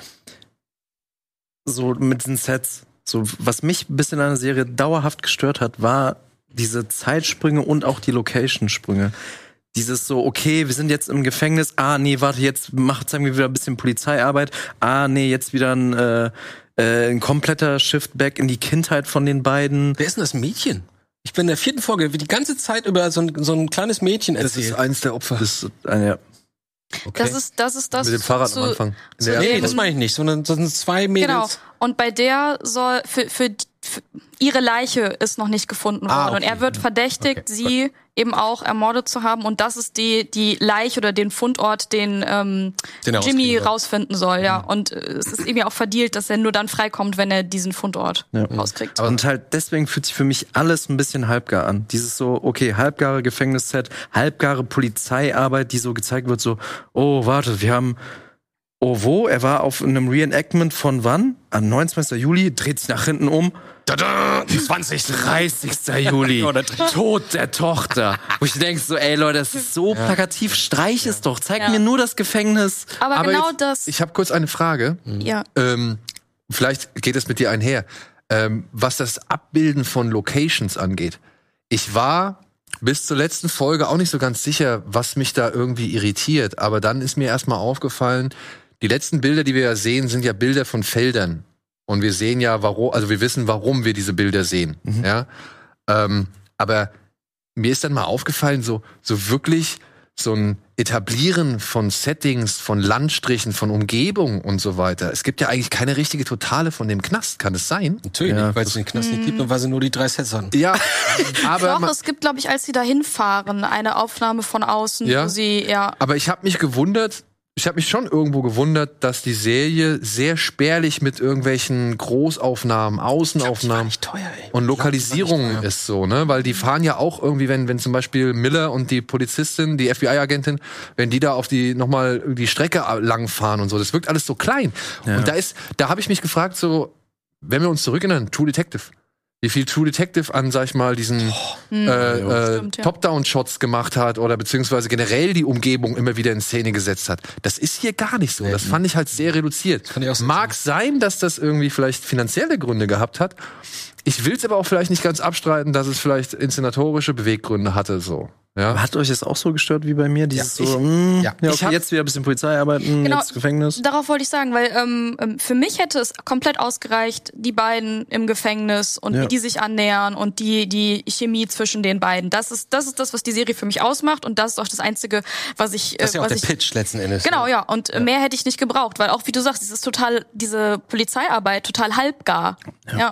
so mit den Sets, so was mich ein bisschen an der Serie dauerhaft gestört hat, war diese Zeitsprünge und auch die Location-Sprünge. Dieses so, okay, wir sind jetzt im Gefängnis, ah, nee, warte, jetzt macht sagen wir wieder ein bisschen Polizeiarbeit, ah, nee, jetzt wieder ein, äh, äh, ein kompletter Shift-Back in die Kindheit von den beiden. Wer ist denn das Mädchen? Ich bin in der vierten Folge, wie die ganze Zeit über so ein, so ein kleines Mädchen Das erzählt. ist eins der Opfer. Das ist eine, Okay. Das ist, das ist das. Mit dem Fahrrad zu, am Anfang. In zu der- Nee, dem- das meine ich nicht, sondern das sind zwei Mädels. Genau. Und bei der soll für, für, für ihre Leiche ist noch nicht gefunden worden. Ah, okay. Und er wird verdächtigt, Okay. sie eben auch ermordet zu haben. Und das ist die, die Leiche oder den Fundort, den, ähm, Den er Jimmy rauskriegen soll. rausfinden soll, ja. Und äh, es ist irgendwie auch verdealt, dass er nur dann freikommt, wenn er diesen Fundort Ja. rauskriegt. und halt deswegen fühlt sich für mich alles ein bisschen halbgar an. Dieses so, okay, halbgare Gefängnisset, halbgare Polizeiarbeit, die so gezeigt wird, so, oh, warte, wir haben, oh, wo? Er war auf einem Reenactment von wann? Am neunundzwanzigsten Juli, dreht sich nach hinten um. Tada, zwanzigsten dreißigsten Juli, Oder Tod der Tochter. Wo ich denke so, ey Leute, das ist so plakativ, streich es doch, zeig Ja. mir nur das Gefängnis. Aber, Aber genau jetzt, das, Ich habe kurz eine Frage. ja. Ähm, vielleicht geht es mit dir einher. Ähm, was das Abbilden von Locations angeht. Ich war bis zur letzten Folge auch nicht so ganz sicher, was mich da irgendwie irritiert. Aber dann ist mir erstmal aufgefallen, die letzten Bilder, die wir ja sehen, sind ja Bilder von Feldern. Und wir sehen ja, warum, also wir wissen, warum wir diese Bilder sehen. Ja? Ähm, aber mir ist dann mal aufgefallen, so, so wirklich so ein Etablieren von Settings, von Landstrichen, von Umgebung und so weiter. Es gibt ja eigentlich keine richtige Totale von dem Knast. Kann es sein? Natürlich Ja. nicht, weil es den Knast nicht gibt und weil sie nur die drei Sets haben. Ja, aber, Doch, ma- es gibt, glaube ich, als sie da hinfahren, eine Aufnahme von außen, Ja? wo sie, ja. aber ich habe mich gewundert, ich habe mich schon irgendwo gewundert, dass die Serie sehr spärlich mit irgendwelchen Großaufnahmen, Außenaufnahmen teuer, ey. und Lokalisierungen teuer. ist so, ne? Weil die fahren ja auch irgendwie, wenn, wenn zum Beispiel Miller und die Polizistin, die F B I-Agentin, wenn die da auf die nochmal die Strecke lang fahren und so, das wirkt alles so klein. Und da ist, da habe ich mich gefragt, so, wenn wir uns zurückerinnern, True Detective. Wie viel True Detective an, sag ich mal, diesen äh, äh, Stimmt, ja. Top-Down-Shots gemacht hat oder beziehungsweise generell die Umgebung immer wieder in Szene gesetzt hat. Das ist hier gar nicht so. Das fand ich halt sehr reduziert. fand ich auch sehr Mag sein, dass das irgendwie vielleicht finanzielle Gründe gehabt hat. Ich will es aber auch vielleicht nicht ganz abstreiten, dass es vielleicht inszenatorische Beweggründe hatte, so. Ja. Hat euch das auch so gestört wie bei mir? Dieses Ja, ich- so, mh, ja. ja, Ich okay, hab- jetzt wieder ein bisschen Polizei arbeiten, Genau. jetzt Gefängnis. Darauf wollte ich sagen, weil ähm, ähm, für mich hätte es komplett ausgereicht, die beiden im Gefängnis und Ja. wie die sich annähern und die die Chemie zwischen den beiden. Das ist das ist das, was die Serie für mich ausmacht und das ist auch das Einzige, was ich äh, Das ist ja auch was der ich Pitch letzten Endes. Genau, ne? ja. Und äh, mehr hätte ich nicht gebraucht, weil auch wie du sagst, es ist total diese Polizeiarbeit total halbgar. Ja.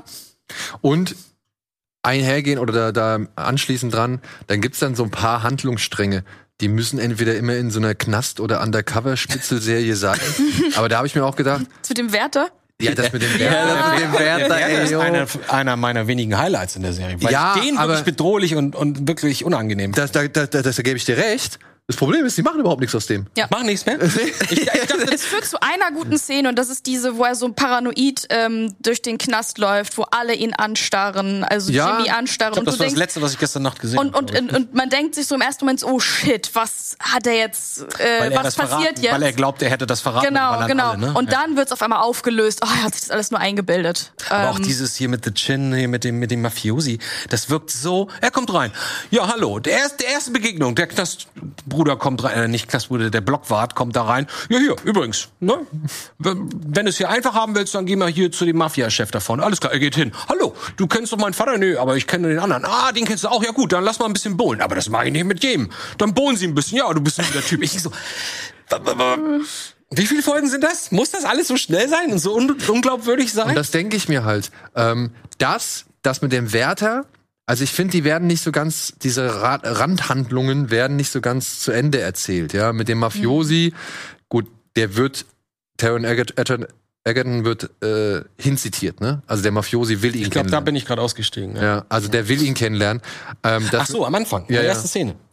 Und einhergehen oder da, da anschließend dran, dann gibt's dann so ein paar Handlungsstränge. Die müssen entweder immer in so einer Knast- oder Undercover-Spitzelserie sein. Aber da habe ich mir auch gedacht, Zu dem Wärter. ja, das mit dem Ja, mit dem Wärter, Der ey, ist yo. einer, einer meiner wenigen Highlights in der Serie. Weil Ja, ich den aber- wirklich bedrohlich und, und wirklich unangenehm. Das, da, da, da, das, da gebe ich dir recht. Das Problem ist, die machen überhaupt nichts aus dem. Ja. Mach nichts mehr. Ich, ich dachte, Es führt zu einer guten Szene und das ist diese, wo er so paranoid ähm, durch den Knast läuft, wo alle ihn anstarren, also Ja, Jimmy anstarren. ich glaub, und das du war das denkst, Letzte, was ich gestern Nacht gesehen und, und, habe. und, und man denkt sich so im ersten Moment, oh shit, was hat er jetzt, äh, Weil er was das passiert verraten, jetzt? Weil er glaubt, er hätte das verraten. Genau, weil er genau. Alle, ne? Und Ja. dann wird's auf einmal aufgelöst. Oh, er hat sich das alles nur eingebildet. Aber auch Ähm, dieses hier mit The Chin, hier mit dem, mit dem Mafiosi, das wirkt so, er kommt rein. Ja, hallo, der erste, der erste Begegnung, der Knastbruder kommt rein, äh, nicht Knastbruder, der Blockwart kommt da rein. Ja, hier, übrigens, ne? Wenn wenn du es hier einfach haben willst, dann geh mal hier zu dem Mafia-Chef da vorne. Alles klar, er geht hin. Hallo, du kennst doch meinen Vater? Nö, aber ich kenne den anderen. Ah, den kennst du auch. Ja gut, dann lass mal ein bisschen bohlen. Aber das mache ich nicht mit jedem. Dann bohlen sie ein bisschen. Ja, du bist ein guter Typ. Ich so, wie viele Folgen sind das? Muss das alles so schnell sein und so un unglaubwürdig sein? Und das denke ich mir halt. Ähm, das, das mit dem Wärter, also ich finde, die werden nicht so ganz, diese Ra Randhandlungen werden nicht so ganz zu Ende erzählt, ja. Mit dem Mafiosi, gut, der wird, Taron Egerton, Egerton wird äh, hinzitiert, ne? Also der Mafiosi will ihn ich glaube, da kennenlernen. bin ich gerade ausgestiegen. Ja. Ja, also der will ihn kennenlernen. Ähm, das, Ach so, am Anfang, Ja, ja, ja. erste Szene.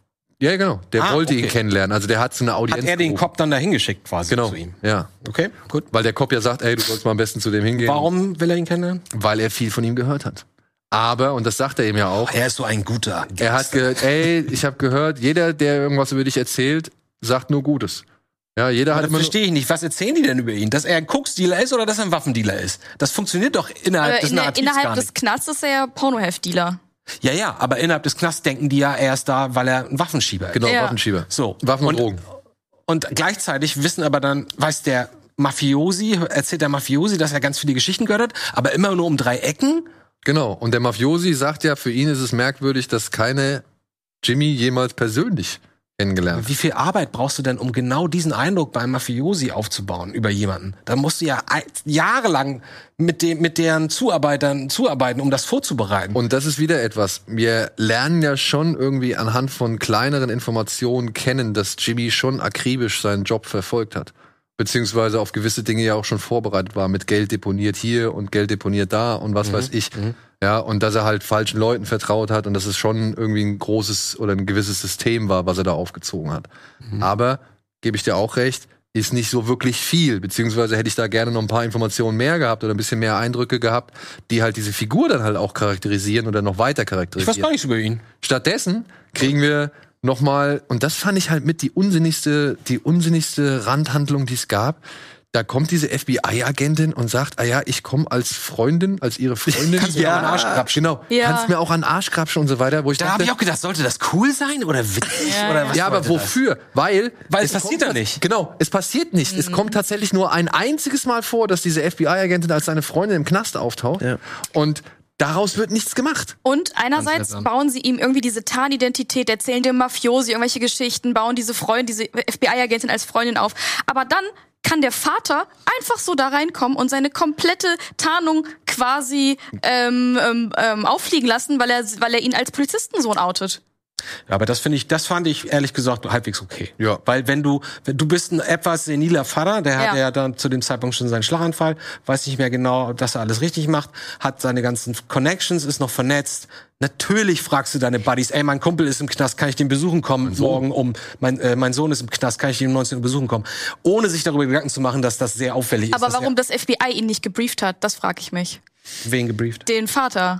Ja, genau. Der Ah, wollte okay. ihn kennenlernen. Also der hat so eine Audienz. Hat er den gerufen. Cop dann da hingeschickt quasi Genau. zu ihm? Ja. Okay, gut. Weil der Cop ja sagt, ey, du sollst mal am besten zu dem hingehen. Warum will er ihn kennenlernen? Weil er viel von ihm gehört hat. Aber, und das sagt er ihm ja auch, Er ist so ein guter. er hat gehört, ey, ich habe gehört, jeder, der irgendwas über dich erzählt, sagt nur Gutes. Ja, jeder Aber hat das immer nur, verstehe ich nicht. Was erzählen die denn über ihn? Dass er ein Koksdealer ist oder dass er ein Waffendealer ist? Das funktioniert doch innerhalb Äh, des in der, Narrativs innerhalb gar des nicht. Knasts ist er ja Pornoheft-Dealer. Ja, ja, aber innerhalb des Knasts denken die ja, er ist da, weil er ein Waffenschieber ist. genau, Ja. Waffenschieber. So. Waffen und, und, Drogen. und gleichzeitig wissen aber dann, weiß der Mafiosi, erzählt der Mafiosi, dass er ganz viele Geschichten gehört hat, aber immer nur um drei Ecken. Genau. Und der Mafiosi sagt ja, für ihn ist es merkwürdig, dass keine Jimmy jemals persönlich kennengelernt hat. Wie viel Arbeit brauchst du denn, um genau diesen Eindruck beim Mafiosi aufzubauen über jemanden? Da musst du ja ein- jahrelang mit dem, mit deren Zuarbeitern zuarbeiten, um das vorzubereiten. Und das ist wieder etwas. Wir lernen ja schon irgendwie anhand von kleineren Informationen kennen, dass Jimmy schon akribisch seinen Job verfolgt hat. Beziehungsweise auf gewisse Dinge ja auch schon vorbereitet war, mit Geld deponiert hier und Geld deponiert da und was weiß ich. Ja, und dass er halt falschen Leuten vertraut hat und dass es schon irgendwie ein großes oder ein gewisses System war, was er da aufgezogen hat. Aber, gebe ich dir auch recht, ist nicht so wirklich viel, beziehungsweise hätte ich da gerne noch ein paar Informationen mehr gehabt oder ein bisschen mehr Eindrücke gehabt, die halt diese Figur dann halt auch charakterisieren oder noch weiter Ich charakterisieren. weiß gar nichts über ihn. Stattdessen kriegen wir noch mal, und das fand ich halt mit die unsinnigste, die unsinnigste Randhandlung, die es gab. Da kommt diese F B I-Agentin und sagt, ah ja, ich komme als Freundin, als ihre Freundin. Kannst mir auch an den Arsch grapschen. Genau, Ja. kannst mir auch an den Arsch grapschen und so weiter. Wo ich Da dachte, habe ich auch gedacht, sollte das cool sein oder witzig Ja, oder was? ja, aber sollte das? wofür? Weil, Weil es passiert kommt ja tats- nicht. Genau, es passiert nicht. Es kommt tatsächlich nur ein einziges Mal vor, dass diese F B I-Agentin als seine Freundin im Knast auftaucht. Ja. Und daraus wird nichts gemacht. Und einerseits seltsam. bauen sie ihm irgendwie diese Tarnidentität, erzählen dem Mafiosi irgendwelche Geschichten, bauen diese Freundin, diese F B I-Agentin als Freundin auf. Aber dann kann der Vater einfach so da reinkommen und seine komplette Tarnung quasi ähm, ähm, ähm, auffliegen lassen, weil er, weil er ihn als Polizistensohn outet. Ja, aber das finde ich, das fand ich ehrlich gesagt halbwegs okay. Ja. Weil wenn du, wenn du bist ein etwas seniler Vater, der Ja. hat ja dann zu dem Zeitpunkt schon seinen Schlaganfall, weiß nicht mehr genau, dass er alles richtig macht, hat seine ganzen Connections, ist noch vernetzt. Natürlich fragst du deine Buddies, ey, mein Kumpel ist im Knast, kann ich den besuchen kommen morgen um, mein, äh, mein Sohn ist im Knast, kann ich den um neunzehn Uhr besuchen kommen? Ohne sich darüber Gedanken zu machen, dass das sehr auffällig ist. Aber dass warum das F B I ihn nicht gebrieft hat, das frage ich mich. er, wen gebrieft? Den Vater.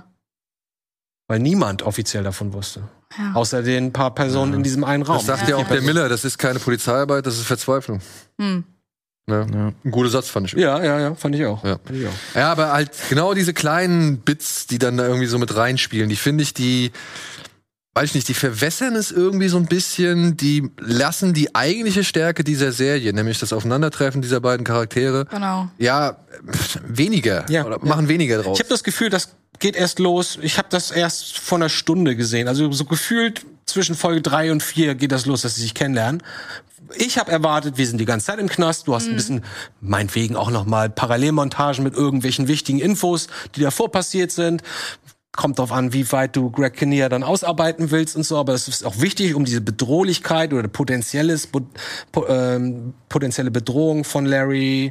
Weil niemand offiziell davon wusste. Ja. Außer den paar Personen in diesem einen Raum. Das sagt ja, auch der Miller, das ist keine Polizeiarbeit, das ist Verzweiflung. Hm. Ne? Ja. Ein guter Satz, fand ich. Ja, ja, ja, fand ich auch. Ja. Fand ich auch. Ja, aber halt genau diese kleinen Bits, die dann da irgendwie so mit reinspielen, die finde ich, die, weiß ich nicht, die verwässern es irgendwie so ein bisschen, die lassen die eigentliche Stärke dieser Serie, nämlich das Aufeinandertreffen dieser beiden Charaktere, Genau. ja, weniger, Ja, oder ja. machen weniger draus. Ich habe das Gefühl, das geht erst los. Ich habe das erst vor einer Stunde gesehen. Also so gefühlt zwischen Folge drei und vier geht das los, dass sie sich kennenlernen. Ich habe erwartet, wir sind die ganze Zeit im Knast. Du hast ein bisschen, meinetwegen auch noch mal Parallelmontagen mit irgendwelchen wichtigen Infos, die davor passiert sind. Kommt drauf an, wie weit du Greg Kinnear dann ausarbeiten willst und so. Aber es ist auch wichtig, um diese Bedrohlichkeit oder potenzielles, po, ähm, potenzielle Bedrohung von Larry,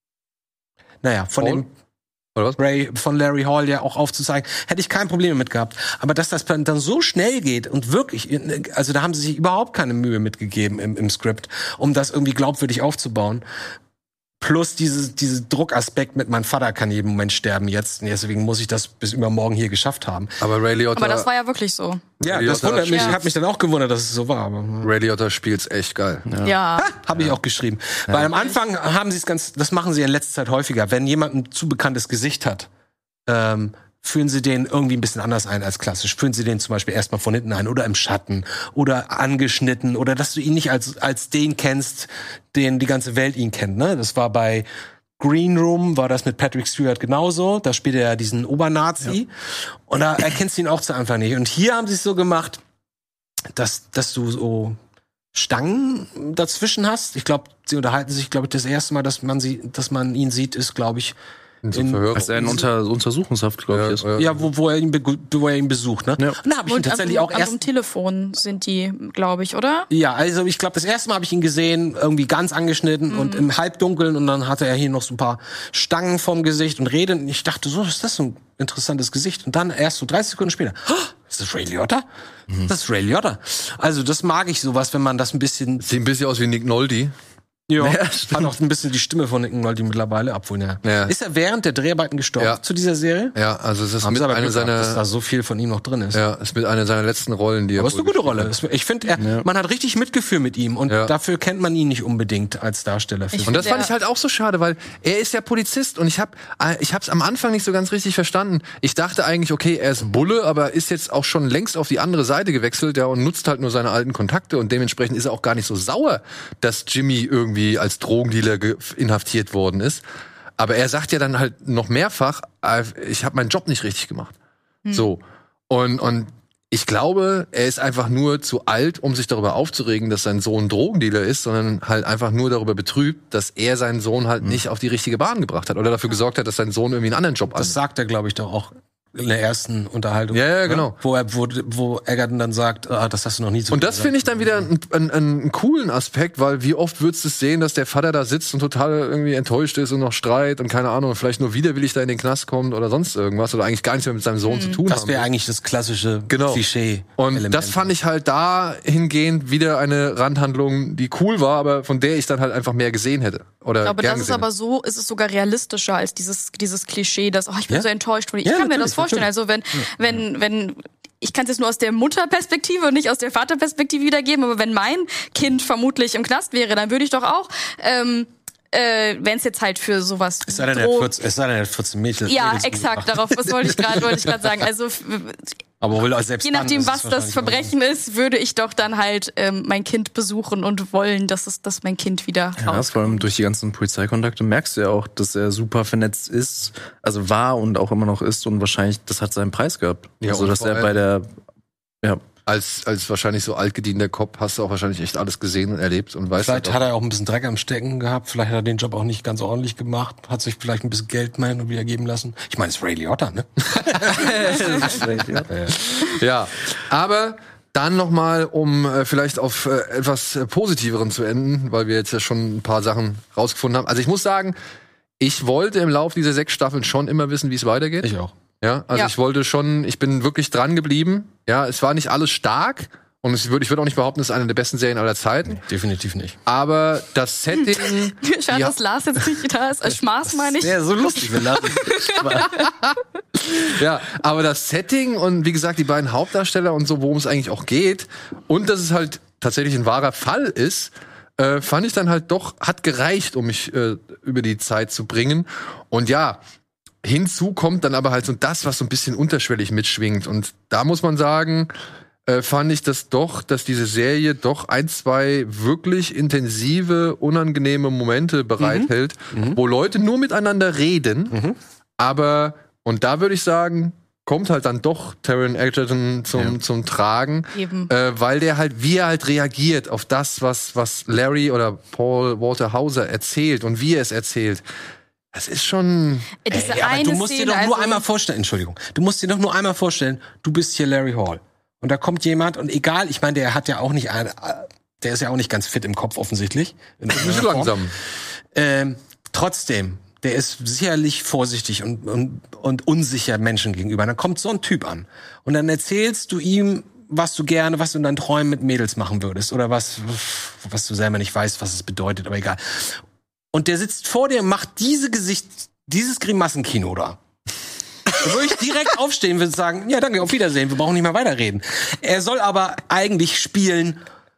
naja, von Hall? dem Oder was? Ray von Larry Hall ja auch aufzuzeigen, hätte ich kein Problem mit gehabt. Aber dass das dann so schnell geht und wirklich, also da haben sie sich überhaupt keine Mühe mitgegeben im, im Skript, um das irgendwie glaubwürdig aufzubauen. Plus dieses, dieses Druckaspekt mit, mein Vater kann jeden Moment sterben jetzt. Und deswegen muss ich das bis übermorgen hier geschafft haben. Aber Ray Liotta, Aber das war ja wirklich so. Ja, Ray das Liotta wundert mich. Ja. Ich habe mich dann auch gewundert, dass es so war. Aber Ray Liotta spielt's echt geil. Ja. habe ich auch geschrieben. Weil am Anfang haben sie es ganz, das machen sie in letzter Zeit häufiger. Wenn jemand ein zu bekanntes Gesicht hat, ähm, führen sie den irgendwie ein bisschen anders ein als klassisch. Führen sie den zum Beispiel erstmal von hinten ein oder im Schatten oder angeschnitten oder dass du ihn nicht als, als den kennst, den die ganze Welt ihn kennt. Ne? Das war bei Green Room, war das mit Patrick Stewart genauso. Da spielt er ja diesen Obernazi. Ja. Und da erkennst du ihn auch zu Anfang nicht. Und hier haben sie es so gemacht, dass, dass du so Stangen dazwischen hast. Ich glaube, sie unterhalten sich, glaube ich, das erste Mal, dass man sie, dass man ihn sieht, ist, glaube ich, In so in- Verhör. Als er in Unter Untersuchungshaft, glaube ich, ist. Ja, ja, wo, wo er ihn, be wo er ihn besucht, ne? Ja. Und da habe ich ihn Und tatsächlich an, auch an so erst. einem Telefon sind die, glaube ich, oder? Ja, also ich glaube, das erste Mal habe ich ihn gesehen, irgendwie ganz angeschnitten und im Halbdunkeln und dann hatte er hier noch so ein paar Stangen vorm Gesicht und redet und ich dachte, so ist das so ein interessantes Gesicht und dann erst so dreißig Sekunden später, oh, ist das Ray Liotta? Mhm. Das ist Ray Liotta. Also das mag ich sowas, wenn man das ein bisschen... Sieht ein bisschen aus wie Nick Nolte. Ja, ja, hat auch ein bisschen die Stimme von Nick Nolte mittlerweile, obwohl er ja. Ist er während der Dreharbeiten gestorben ja. zu dieser Serie? Ja, also es ist Haben mit aber einer seiner, dass da so viel von ihm noch drin ist. Ja, ist mit einer seiner letzten Rollen, die er. Aber es ist eine gute Rolle. Ich finde, ja. man hat richtig Mitgefühl mit ihm und ja. dafür kennt man ihn nicht unbedingt als Darsteller. Ich und das fand ich halt auch so schade, weil er ist ja Polizist und ich habe, ich habe es am Anfang nicht so ganz richtig verstanden. Ich dachte eigentlich, okay, er ist Bulle, aber ist jetzt auch schon längst auf die andere Seite gewechselt, ja, und nutzt halt nur seine alten Kontakte und dementsprechend ist er auch gar nicht so sauer, dass Jimmy irgendwie als Drogen inhaftiert worden ist. Aber er sagt ja dann halt noch mehrfach, ich habe meinen Job nicht richtig gemacht. Hm. So. Und, und ich glaube, er ist einfach nur zu alt, um sich darüber aufzuregen, dass sein Sohn Drogendealer ist, sondern halt einfach nur darüber betrübt, dass er seinen Sohn halt hm. nicht auf die richtige Bahn gebracht hat oder dafür gesorgt hat, dass sein Sohn irgendwie einen anderen Job hat. Das sagt er, glaube ich, doch auch in der ersten Unterhaltung. Ja, ja, genau. Wo er, wo, wo Egerton dann sagt, ah, das hast du noch nie so Und das finde ich dann wieder einen, einen, einen coolen Aspekt, weil wie oft würdest du es sehen, dass der Vater da sitzt und total irgendwie enttäuscht ist und noch Streit und keine Ahnung, vielleicht nur widerwillig da in den Knast kommt oder sonst irgendwas oder eigentlich gar nichts mehr mit seinem Sohn mhm. zu tun hat. Das wäre eigentlich das klassische genau. Klischee. Und Element. Das fand ich halt dahingehend wieder eine Randhandlung, die cool war, aber von der ich dann halt einfach mehr gesehen hätte. Oder ich glaube, gern das ist aber so, ist es sogar realistischer als dieses, dieses Klischee, dass, oh, ich bin ja? so enttäuscht von dir. Ich ja, kann mir das vorstellen. Natürlich. Also wenn, ja. wenn, wenn, ich kann es jetzt nur aus der Mutterperspektive und nicht aus der Vaterperspektive wiedergeben, aber wenn mein Kind vermutlich im Knast wäre, dann würde ich doch auch, ähm, äh, wenn es jetzt halt für sowas es sei denn, er hat vierzehn Mädchen. Ja, exakt, darauf, was wollte ich gerade, wollte ich gerade sagen. Also, aber wohl auch selbst je nachdem, was das Verbrechen ist, würde ich doch dann halt ähm, mein Kind besuchen und wollen, dass es, dass mein Kind wieder ja, rauskommt. Vor allem durch die ganzen Polizeikontakte merkst du ja auch, dass er super vernetzt ist, also war und auch immer noch ist und wahrscheinlich, das hat seinen Preis gehabt. Ja, also, dass er bei der, ja. Als, als wahrscheinlich so altgediener Cop hast du auch wahrscheinlich echt alles gesehen und erlebt und weißt vielleicht halt hat er auch ein bisschen Dreck am Stecken gehabt, vielleicht hat er den Job auch nicht ganz ordentlich gemacht, hat sich vielleicht ein bisschen Geld mal hin und wieder geben lassen. Ich meine, es ist Ray Liotta, ne? Ja, aber dann nochmal, um äh, vielleicht auf äh, etwas äh, Positiveren zu enden, weil wir jetzt ja schon ein paar Sachen rausgefunden haben. Also ich muss sagen, ich wollte im Laufe dieser sechs Staffeln schon immer wissen, wie es weitergeht. Ich auch. Ja, also ja. ich wollte schon, ich bin wirklich dran geblieben. Ja, es war nicht alles stark und es würd, ich würde auch nicht behaupten, es ist eine der besten Serien aller Zeiten. Definitiv nicht. Aber das Setting. Schade, dass Lars jetzt nicht da ist. Schmaß meine ich. Ja, so lustig, wenn Lars. Ja, aber das Setting und wie gesagt, die beiden Hauptdarsteller und so, worum es eigentlich auch geht und dass es halt tatsächlich ein wahrer Fall ist, äh, fand ich dann halt doch, hat gereicht, um mich äh, über die Zeit zu bringen. Und ja, hinzu kommt dann aber halt so das, was so ein bisschen unterschwellig mitschwingt. Und da muss man sagen, äh, fand ich das doch, dass diese Serie doch ein, zwei wirklich intensive, unangenehme Momente bereithält, mhm. wo Leute nur miteinander reden. Mhm. Aber, und da würde ich sagen, kommt halt dann doch Taron Egerton zum, ja. zum Tragen, äh, weil der halt, wie er halt reagiert auf das, was, was Larry oder Paul Walter Hauser erzählt und wie er es erzählt. Das ist schon. Diese Ey, aber eine du musst Szene, dir doch nur also einmal vorstellen, Entschuldigung, du musst dir doch nur einmal vorstellen, du bist hier Larry Hall. Und da kommt jemand und egal, ich meine, der hat ja auch nicht, der ist ja auch nicht ganz fit im Kopf offensichtlich. Das ist langsam. Ähm, trotzdem, der ist sicherlich vorsichtig und, und, und unsicher Menschen gegenüber. Dann kommt so ein Typ an und dann erzählst du ihm, was du gerne, was du in deinen Träumen mit Mädels machen würdest oder was, was du selber nicht weißt, was es bedeutet, aber egal. Und der sitzt vor dir und macht diese Gesicht, dieses Grimassenkino da. Da würde ich direkt aufstehen und sagen, ja, danke, auf Wiedersehen, wir brauchen nicht mehr weiterreden. Er soll aber eigentlich spielen,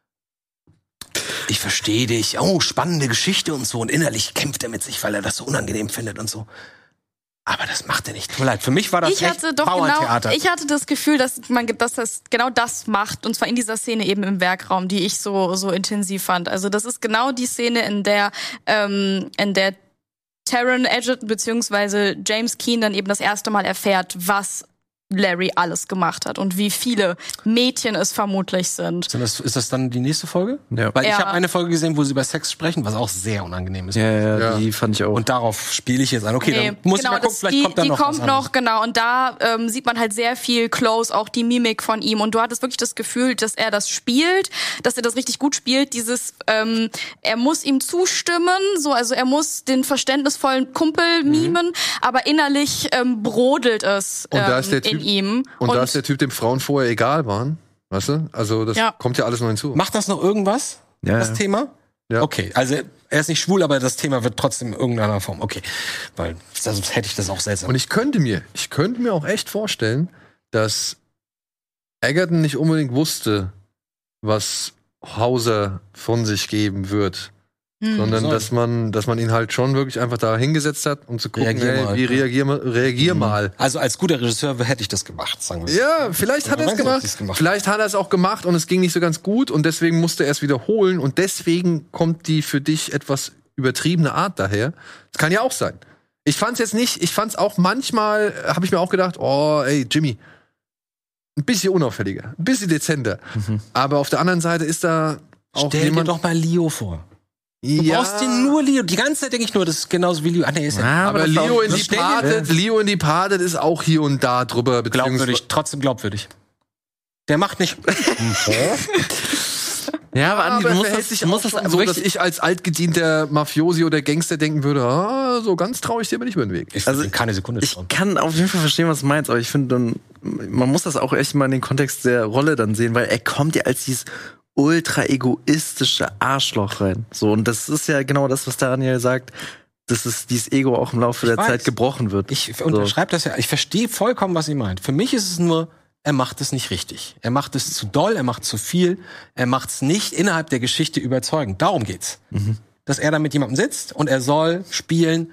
ich verstehe dich, oh, spannende Geschichte und so. Und innerlich kämpft er mit sich, weil er das so unangenehm findet und so. Aber das macht er nicht. Tut mir leid. Für mich war das ich echt hatte doch Bauerntheater. Genau, ich hatte das Gefühl, dass man, dass das genau das macht. Und zwar in dieser Szene eben im Werkraum, die ich so, so intensiv fand. Also das ist genau die Szene, in der, ähm, in der Taron Egerton beziehungsweise James Keen dann eben das erste Mal erfährt, was Larry alles gemacht hat und wie viele Mädchen es vermutlich sind. Sind das, ist das dann die nächste Folge? Ja. Weil ich Ja. habe eine Folge gesehen, wo sie über Sex sprechen, was auch sehr unangenehm ist. Ja, ja, Ja. die fand ich auch. Und darauf spiele ich jetzt an. Okay, Nee, dann muss genau, ich mal gucken, das- vielleicht die, kommt da die noch kommt was noch, anderes. genau. Und da ähm, sieht man halt sehr viel close, auch die Mimik von ihm. Und du hattest wirklich das Gefühl, dass er das spielt, dass er das richtig gut spielt. Dieses, ähm, er muss ihm zustimmen, so, also er muss den verständnisvollen Kumpel mimen, aber innerlich ähm, brodelt es. Und Ähm, da ist der in in ihm. Und, und da ist der Typ, dem Frauen vorher egal waren. Weißt du? Also das ja. kommt ja alles noch hinzu. Macht das noch irgendwas? Ja, das ja. Thema? Ja. Okay, also er ist nicht schwul, aber das Thema wird trotzdem in irgendeiner Form. Okay, weil sonst hätte ich das auch seltsam. Und ich könnte mir, ich könnte mir auch echt vorstellen, dass Egerton nicht unbedingt wusste, was Hauser von sich geben wird. Hm. Sondern Soll. dass man, dass man ihn halt schon wirklich einfach da hingesetzt hat, um zu gucken, Reagier hey, mal. wie reagier, reagier Mhm. mal. Also als guter Regisseur hätte ich das gemacht, sagen wir so. Ja, vielleicht hat er es gemacht. gemacht. Vielleicht hat er es auch gemacht und es ging nicht so ganz gut und deswegen musste er es wiederholen und deswegen kommt die für dich etwas übertriebene Art daher. Das kann ja auch sein. Ich fand's jetzt nicht, ich fand's auch manchmal, habe ich mir auch gedacht, oh, ey, Jimmy, ein bisschen unauffälliger, ein bisschen dezenter. Mhm. Aber auf der anderen Seite ist da auch Stell jemand, dir doch mal Leo vor. Du ja, brauchst dir nur Leo. Die ganze Zeit denke ich nur, das ist genauso wie Leo. Ah, nee, ist ja. Ja, aber das ist Leo auch- in das die stell dir- Patet, Leo in die Patet ist auch hier und da drüber, Glaubwürdig, trotzdem glaubwürdig. Der macht nicht. Ja, aber Andi, aber du musst verhält das, sich du musst auch das schon so so, dass richtig. ich als altgedienter Mafiosi oder Gangster denken würde, ah, so ganz traue ich dir aber nicht über den Weg. Ich Also, also, keine Sekunde Ich trauen. kann auf jeden Fall verstehen, was du meinst, aber ich finde, dann- man muss das auch echt mal in den Kontext der Rolle dann sehen, weil er kommt ja als dieses ultra egoistische Arschloch rein. So, und das ist ja genau das, was Daniel sagt, dass es dieses Ego auch im Laufe der weiß. Zeit gebrochen wird. Ich unterschreibe das ja. Ich verstehe vollkommen, was ihr meint. Für mich ist es nur, er macht es nicht richtig. Er macht es zu doll, er macht zu viel. Er macht es nicht innerhalb der Geschichte überzeugend. Darum geht's. Mhm. Dass er da mit jemandem sitzt und er soll spielen,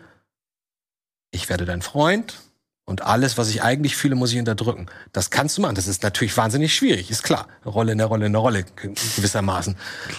ich werde dein Freund und alles, was ich eigentlich fühle, muss ich unterdrücken. Das kannst du machen. Das ist natürlich wahnsinnig schwierig, ist klar. Eine Rolle in der Rolle in der Rolle, gewissermaßen.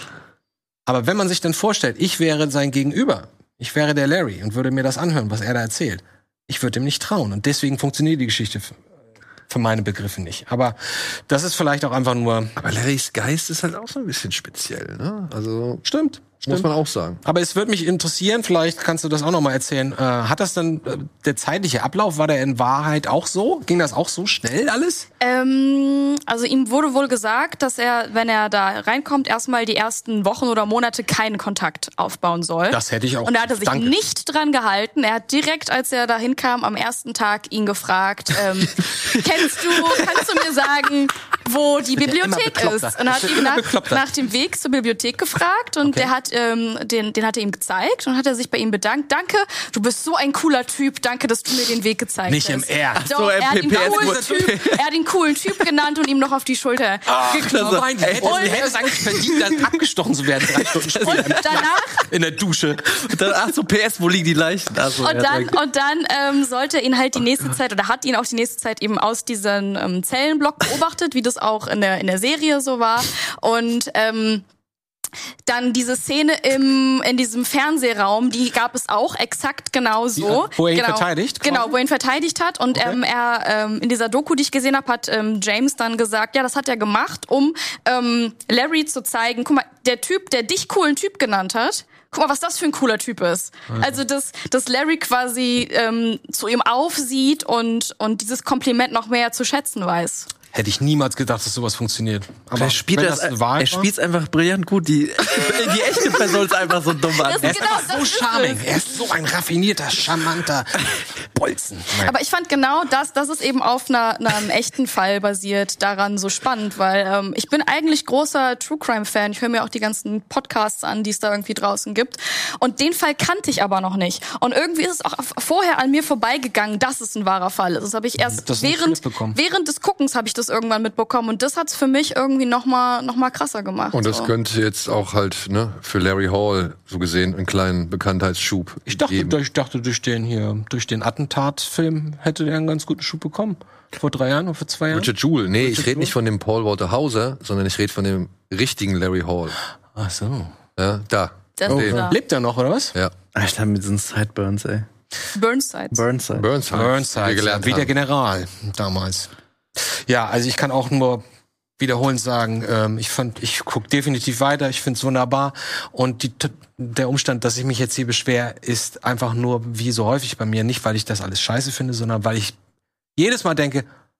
Aber wenn man sich dann vorstellt, ich wäre sein Gegenüber, ich wäre der Larry und würde mir das anhören, was er da erzählt, ich würde ihm nicht trauen. Und deswegen funktioniert die Geschichte für, für meine Begriffe nicht. Aber das ist vielleicht auch einfach nur... Aber Larrys Geist ist halt auch so ein bisschen speziell, ne? Also, Stimmt. muss man auch sagen. Aber es würde mich interessieren, vielleicht kannst du das auch noch mal erzählen. Äh, hat das dann, äh, der zeitliche Ablauf, war der in Wahrheit auch so? Ging das auch so schnell alles? Ähm, also ihm wurde wohl gesagt, dass er, wenn er da reinkommt, erstmal die ersten Wochen oder Monate keinen Kontakt aufbauen soll. Das hätte ich auch. Und er hatte sich Danke. nicht dran gehalten. Er hat direkt, als er da hinkam, am ersten Tag ihn gefragt, ähm, kennst du, kannst du mir sagen, wo die Wird ja immer Bibliothek bekloppter. ist? Und er hat Wird ihn immer nach, bekloppter. nach dem Weg zur Bibliothek gefragt und Okay. der hat, ähm, den, den hat er ihm gezeigt und hat er sich bei ihm bedankt. Danke, du bist so ein cooler Typ. Danke, dass du mir den Weg gezeigt Nicht hast. im Ernst. Doch, So, er, hat ihn P P S coolen typ, er hat ihn coolen Typ genannt und ihm noch auf die Schulter geklopft. Nein, die hätte, die hätte es eigentlich verdient, dann abgestochen zu werden, drei Stunden später. Und danach In der Dusche. Und dann, ach so, P S, wo liegen die Leichen? Ach so, Und ja, dann, danke. und dann ähm, sollte ihn halt die nächste Zeit oder hat ihn auch die nächste Zeit eben aus diesem ähm, Zellenblock beobachtet, wie das auch in der in der Serie so war. Und ähm, dann diese Szene im in diesem Fernsehraum, die gab es auch exakt genauso. Die, wo er ihn genau, verteidigt, quasi? Genau, wo er ihn verteidigt hat. Und Okay. ähm, er ähm, in dieser Doku, die ich gesehen habe, hat ähm, James dann gesagt, ja, das hat er gemacht, um ähm, Larry zu zeigen, guck mal, der Typ, der dich coolen Typ genannt hat, guck mal, was das für ein cooler Typ ist. Also, dass, dass Larry quasi ähm, zu ihm aufsieht und, und dieses Kompliment noch mehr zu schätzen weiß. Hätte ich niemals gedacht, dass sowas funktioniert. Aber Er spielt wenn das, das wahr er spielt's einfach brillant gut. Die, die echte Person ist einfach so dumm an. Das Er ist Genau, einfach so das ist charming. es. Er ist so ein raffinierter, charmanter Bolzen. Naja. Aber ich fand genau das, das ist eben auf einer, einem echten Fall basiert, daran so spannend, weil ähm, ich bin eigentlich großer True Crime Fan. Ich höre mir auch die ganzen Podcasts an, die es da irgendwie draußen gibt. Und den Fall kannte ich aber noch nicht. Und irgendwie ist es auch vorher an mir vorbeigegangen, dass es ein wahrer Fall ist. Das habe ich erst Das nicht während mitbekommen. während des Guckens habe ich das irgendwann mitbekommen und das hat's für mich irgendwie noch mal noch mal krasser gemacht. Und das so. könnte jetzt auch halt, ne, für Larry Hall, so gesehen, einen kleinen Bekanntheitsschub Ich dachte, geben. ich dachte, durch den hier, durch den Attentatfilm hätte der einen ganz guten Schub bekommen. Vor drei Jahren oder vor zwei Jahren? Richard Jewell. Nee, ich Richard rede nicht von dem Paul Walter Hauser, sondern ich rede von dem richtigen Larry Hall. Ach so. Ja, da. Das Auf ist dem. da. Lebt er noch, oder was? Ja. Alter, mit diesen Sideburns, ey. Burnside. Burnside. Burnside. Burnside, wie wir gelernt wie der haben. General damals. Ja, also ich kann auch nur wiederholend sagen, ähm, ich fand, ich guck definitiv weiter, ich find's wunderbar und die, der Umstand, dass ich mich jetzt hier beschwer, ist einfach nur, wie so häufig bei mir, nicht weil ich das alles scheiße finde, sondern weil ich jedes Mal denke,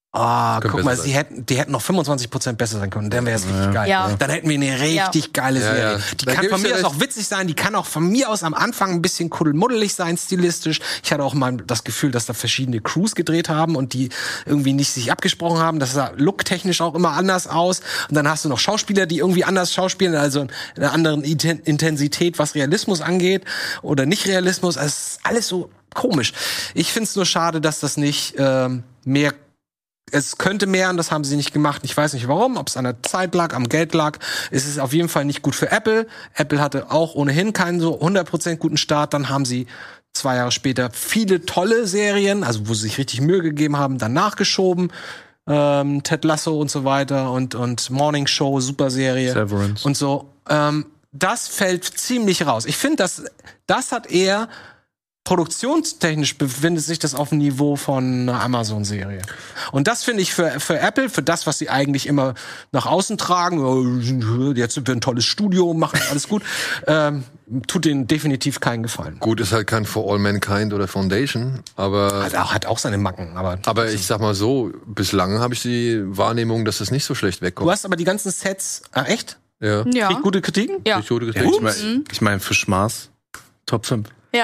Ah, Könnte guck mal, besser sie hätten, die hätten noch fünfundzwanzig Prozent besser sein können. Dann wäre es richtig geil. Ja. Dann hätten wir eine richtig Ja. geile Ja, Serie. ja. Die Da kann geb von ich mir dir aus recht. auch witzig sein. Die kann auch von mir aus am Anfang ein bisschen kuddelmuddelig sein, stilistisch. Ich hatte auch mal das Gefühl, dass da verschiedene Crews gedreht haben und die irgendwie nicht sich abgesprochen haben. Das sah looktechnisch auch immer anders aus. Und dann hast du noch Schauspieler, die irgendwie anders schauspielen, also in einer anderen Inten- Intensität, was Realismus angeht oder nicht Realismus. Also es ist alles so komisch. Ich find's nur schade, dass das nicht ähm, mehr es könnte mehr, und das haben sie nicht gemacht. Ich weiß nicht warum, ob es an der Zeit lag, am Geld lag. Es ist auf jeden Fall nicht gut für Apple. Apple hatte auch ohnehin keinen so hundert Prozent guten Start. Dann haben sie zwei Jahre später viele tolle Serien, also wo sie sich richtig Mühe gegeben haben, dann nachgeschoben. Ähm, Ted Lasso und so weiter und, und Morning Show, super Serie. Severance. Und so. Ähm, das fällt ziemlich raus. Ich finde, das, das hat eher produktionstechnisch befindet sich das auf dem Niveau von einer Amazon-Serie. Und das finde ich für, für Apple, für das, was sie eigentlich immer nach außen tragen, oh, jetzt sind wir ein tolles Studio, machen alles gut, ähm, tut denen definitiv keinen Gefallen. Gut, ist halt kein For All Mankind oder Foundation, aber Hat auch, hat auch seine Macken, aber. aber ich sag mal so, bislang habe ich die Wahrnehmung, dass es nicht so schlecht Du wegkommt. hast aber die ganzen Sets, ah, echt? Ja. Ja. Kriegt gute Kritiken? Ja. Ich wurde Ja, gekriegt. ich meine, ich mein, für Schmaß Top fünf. Ja.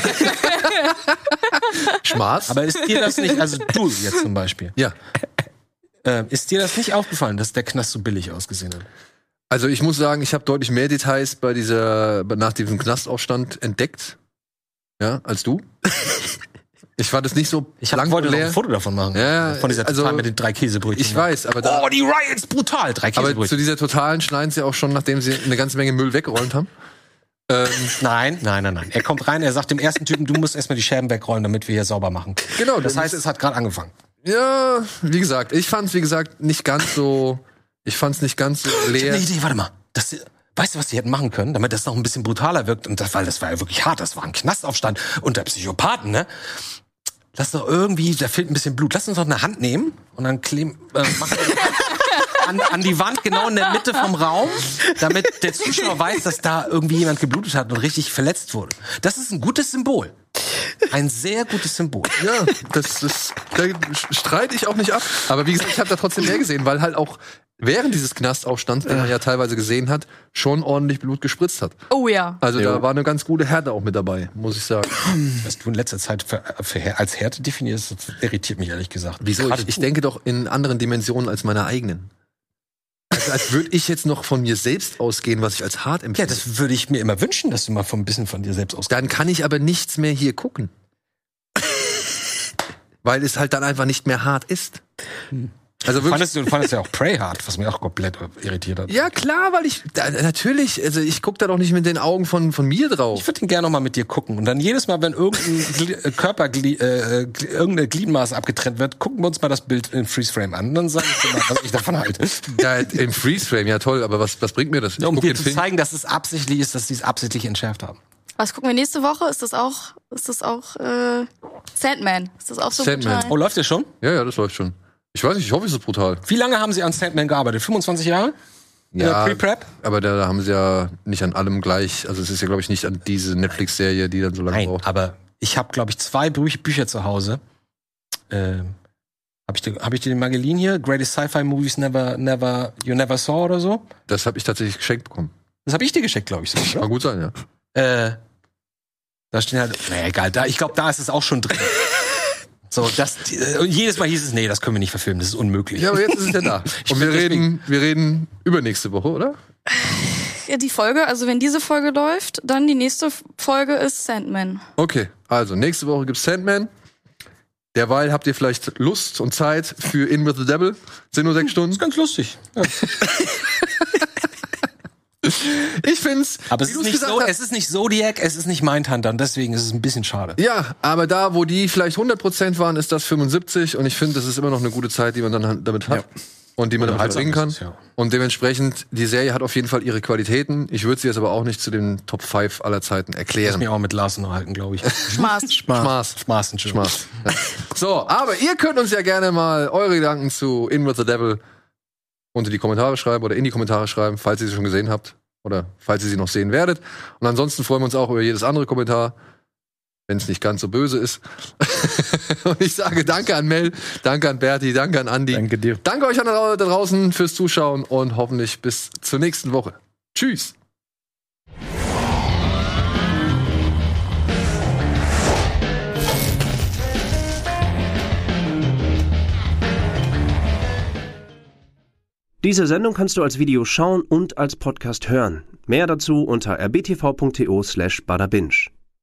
Schmaß. Aber ist dir das nicht, also du jetzt zum Beispiel, ja. äh, ist dir das nicht aufgefallen, dass der Knast so billig ausgesehen hat? Also ich muss sagen, ich habe deutlich mehr Details bei dieser nach diesem Knastaufstand entdeckt, ja, als du. Ich fand es nicht so Ich hab, wollte noch leer. ein Foto davon machen. Ja, von dieser also, Total mit den drei Käsebrötchen. Ich weiß, aber da, Oh, die Riots, brutal. Drei aber zu Käsebrötchen. dieser totalen schneiden sie auch schon, nachdem sie eine ganze Menge Müll weggeräumt haben. Ähm, Nein, nein, nein, nein. Er kommt rein, er sagt dem ersten Typen, du musst erstmal die Scherben wegräumen, damit wir hier sauber machen. genau, Das heißt, es hat gerade angefangen. ja, wie gesagt, ich fand es wie gesagt nicht ganz so, ich fand es nicht ganz so Ich hab leer. eine Idee, warte mal. Das, weißt du, was die hätten machen können, damit das noch ein bisschen brutaler wirkt? Und das, weil das war ja wirklich hart, das war ein Knastaufstand unter Psychopathen, ne? Lass doch irgendwie, da fehlt ein bisschen Blut. Lass uns doch eine Hand nehmen und dann kleben, äh, machen wir an, an die Wand genau in der Mitte vom Raum, damit der Zuschauer weiß, dass da irgendwie jemand geblutet hat und richtig verletzt wurde. Das ist ein gutes Symbol. Ein sehr gutes Symbol. Ja, das, das da streite ich auch nicht ab. Aber wie gesagt, ich habe da trotzdem mehr gesehen, weil halt auch während dieses Knastaufstands, den man ja teilweise gesehen hat, schon ordentlich Blut gespritzt hat. Oh ja. Also Jo. da war eine ganz gute Härte auch mit dabei, muss ich sagen. Was du in letzter Zeit für, für, Här- als Härte definierst, das irritiert mich ehrlich gesagt. Wieso? Gerade Ich, ich du. denke doch in anderen Dimensionen als meiner eigenen. Also als würde ich jetzt noch von mir selbst ausgehen, was ich als hart Ja, empfinde. das würde ich mir immer wünschen, dass du mal von ein bisschen von dir selbst ausgehst. Dann kann ich aber nichts mehr hier gucken. Weil es halt dann einfach nicht mehr hart ist. Also wirklich. Fandest du, du fandest ja auch Prey hart, was mich auch komplett irritiert hat. Ja, klar, weil ich, da, natürlich, also ich gucke da doch nicht mit den Augen von, von mir drauf. Ich würde den gerne noch mal mit dir gucken. Und dann jedes Mal, wenn irgendein Gli äh, Körperglied, äh, Gli- irgendeine Gliedmaße abgetrennt wird, gucken wir uns mal das Bild in Freeze Frame an. Und dann sage ich dir mal, was ich davon halte. Ja, im Freeze-Frame, ja toll, aber was, was bringt mir das? Ich Um guck dir den zu Film. zeigen, dass es absichtlich ist, dass sie es absichtlich entschärft haben. Was gucken wir nächste Woche? Ist das auch, ist das auch, äh, Sandman? Ist das auch so Sandman. brutal? Oh, läuft der schon? Ja, ja, das läuft schon. Ich weiß nicht, ich hoffe, es ist brutal. Wie lange haben sie an Sandman gearbeitet? fünfundzwanzig Jahre? In der Pre-Prep? aber da, da haben sie ja nicht an allem gleich, also es ist ja, glaube ich, nicht an diese Netflix-Serie, die dann so lange Nein, braucht. aber ich habe, glaube ich, zwei Bü Bücher zu Hause. Ähm, habe ich, dir- hab ich dir den mal geliehen hier? Greatest Sci-Fi Movies Never, Never, You Never Saw oder so? Das habe ich tatsächlich geschenkt bekommen. Das habe ich dir geschickt, glaube ich. So, Kann gut sein, ja. Äh, da stehen halt, naja, egal, da, ich glaube, da ist es auch schon drin. So, das, äh, und jedes Mal hieß es, nee, das können wir nicht verfilmen, das ist unmöglich. Ja, aber jetzt ist es ja da. Und wir find reden, wir reden übernächste Woche, oder? Ja, die Folge, also wenn diese Folge läuft, dann die nächste Folge ist Sandman. Okay, also nächste Woche gibt's Sandman. Derweil habt ihr vielleicht Lust und Zeit für In With the Devil. Sind nur sechs Stunden. ist ganz lustig. Ja. Ich find's. Aber es wie ist, du's nicht gesagt so, hast- es ist nicht Zodiac, es ist nicht Mindhunter und deswegen ist es ein bisschen schade. Ja, aber da, wo die vielleicht hundert Prozent waren, ist das fünfundsiebzig. Und ich finde, das ist immer noch eine gute Zeit, die man dann damit hat. Und die man dann halt Unterhaltsam bringen kann. ist es, ja. Und dementsprechend, die Serie hat auf jeden Fall ihre Qualitäten. Ich würde sie jetzt aber auch nicht zu den Top fünf aller Zeiten Ich muss erklären. mich auch mit Lars noch halten, glaube ich. Spaß. Spaß. Spaß, Entschuldigung. Spaß. Ja. So, aber ihr könnt uns ja gerne mal eure Gedanken zu In With the Devil unter die Kommentare schreiben oder in die Kommentare schreiben, falls ihr sie schon gesehen habt oder falls ihr sie noch sehen werdet. Und ansonsten freuen wir uns auch über jedes andere Kommentar. wenn es nicht ganz so böse ist. Und ich sage danke an Mel, danke an Berti, danke an Andi. Danke dir. Danke euch da draußen fürs Zuschauen und hoffentlich bis zur nächsten Woche. Tschüss. Diese Sendung kannst du als Video schauen und als Podcast hören. Mehr dazu unter r b t v punkt t o slash bada binge.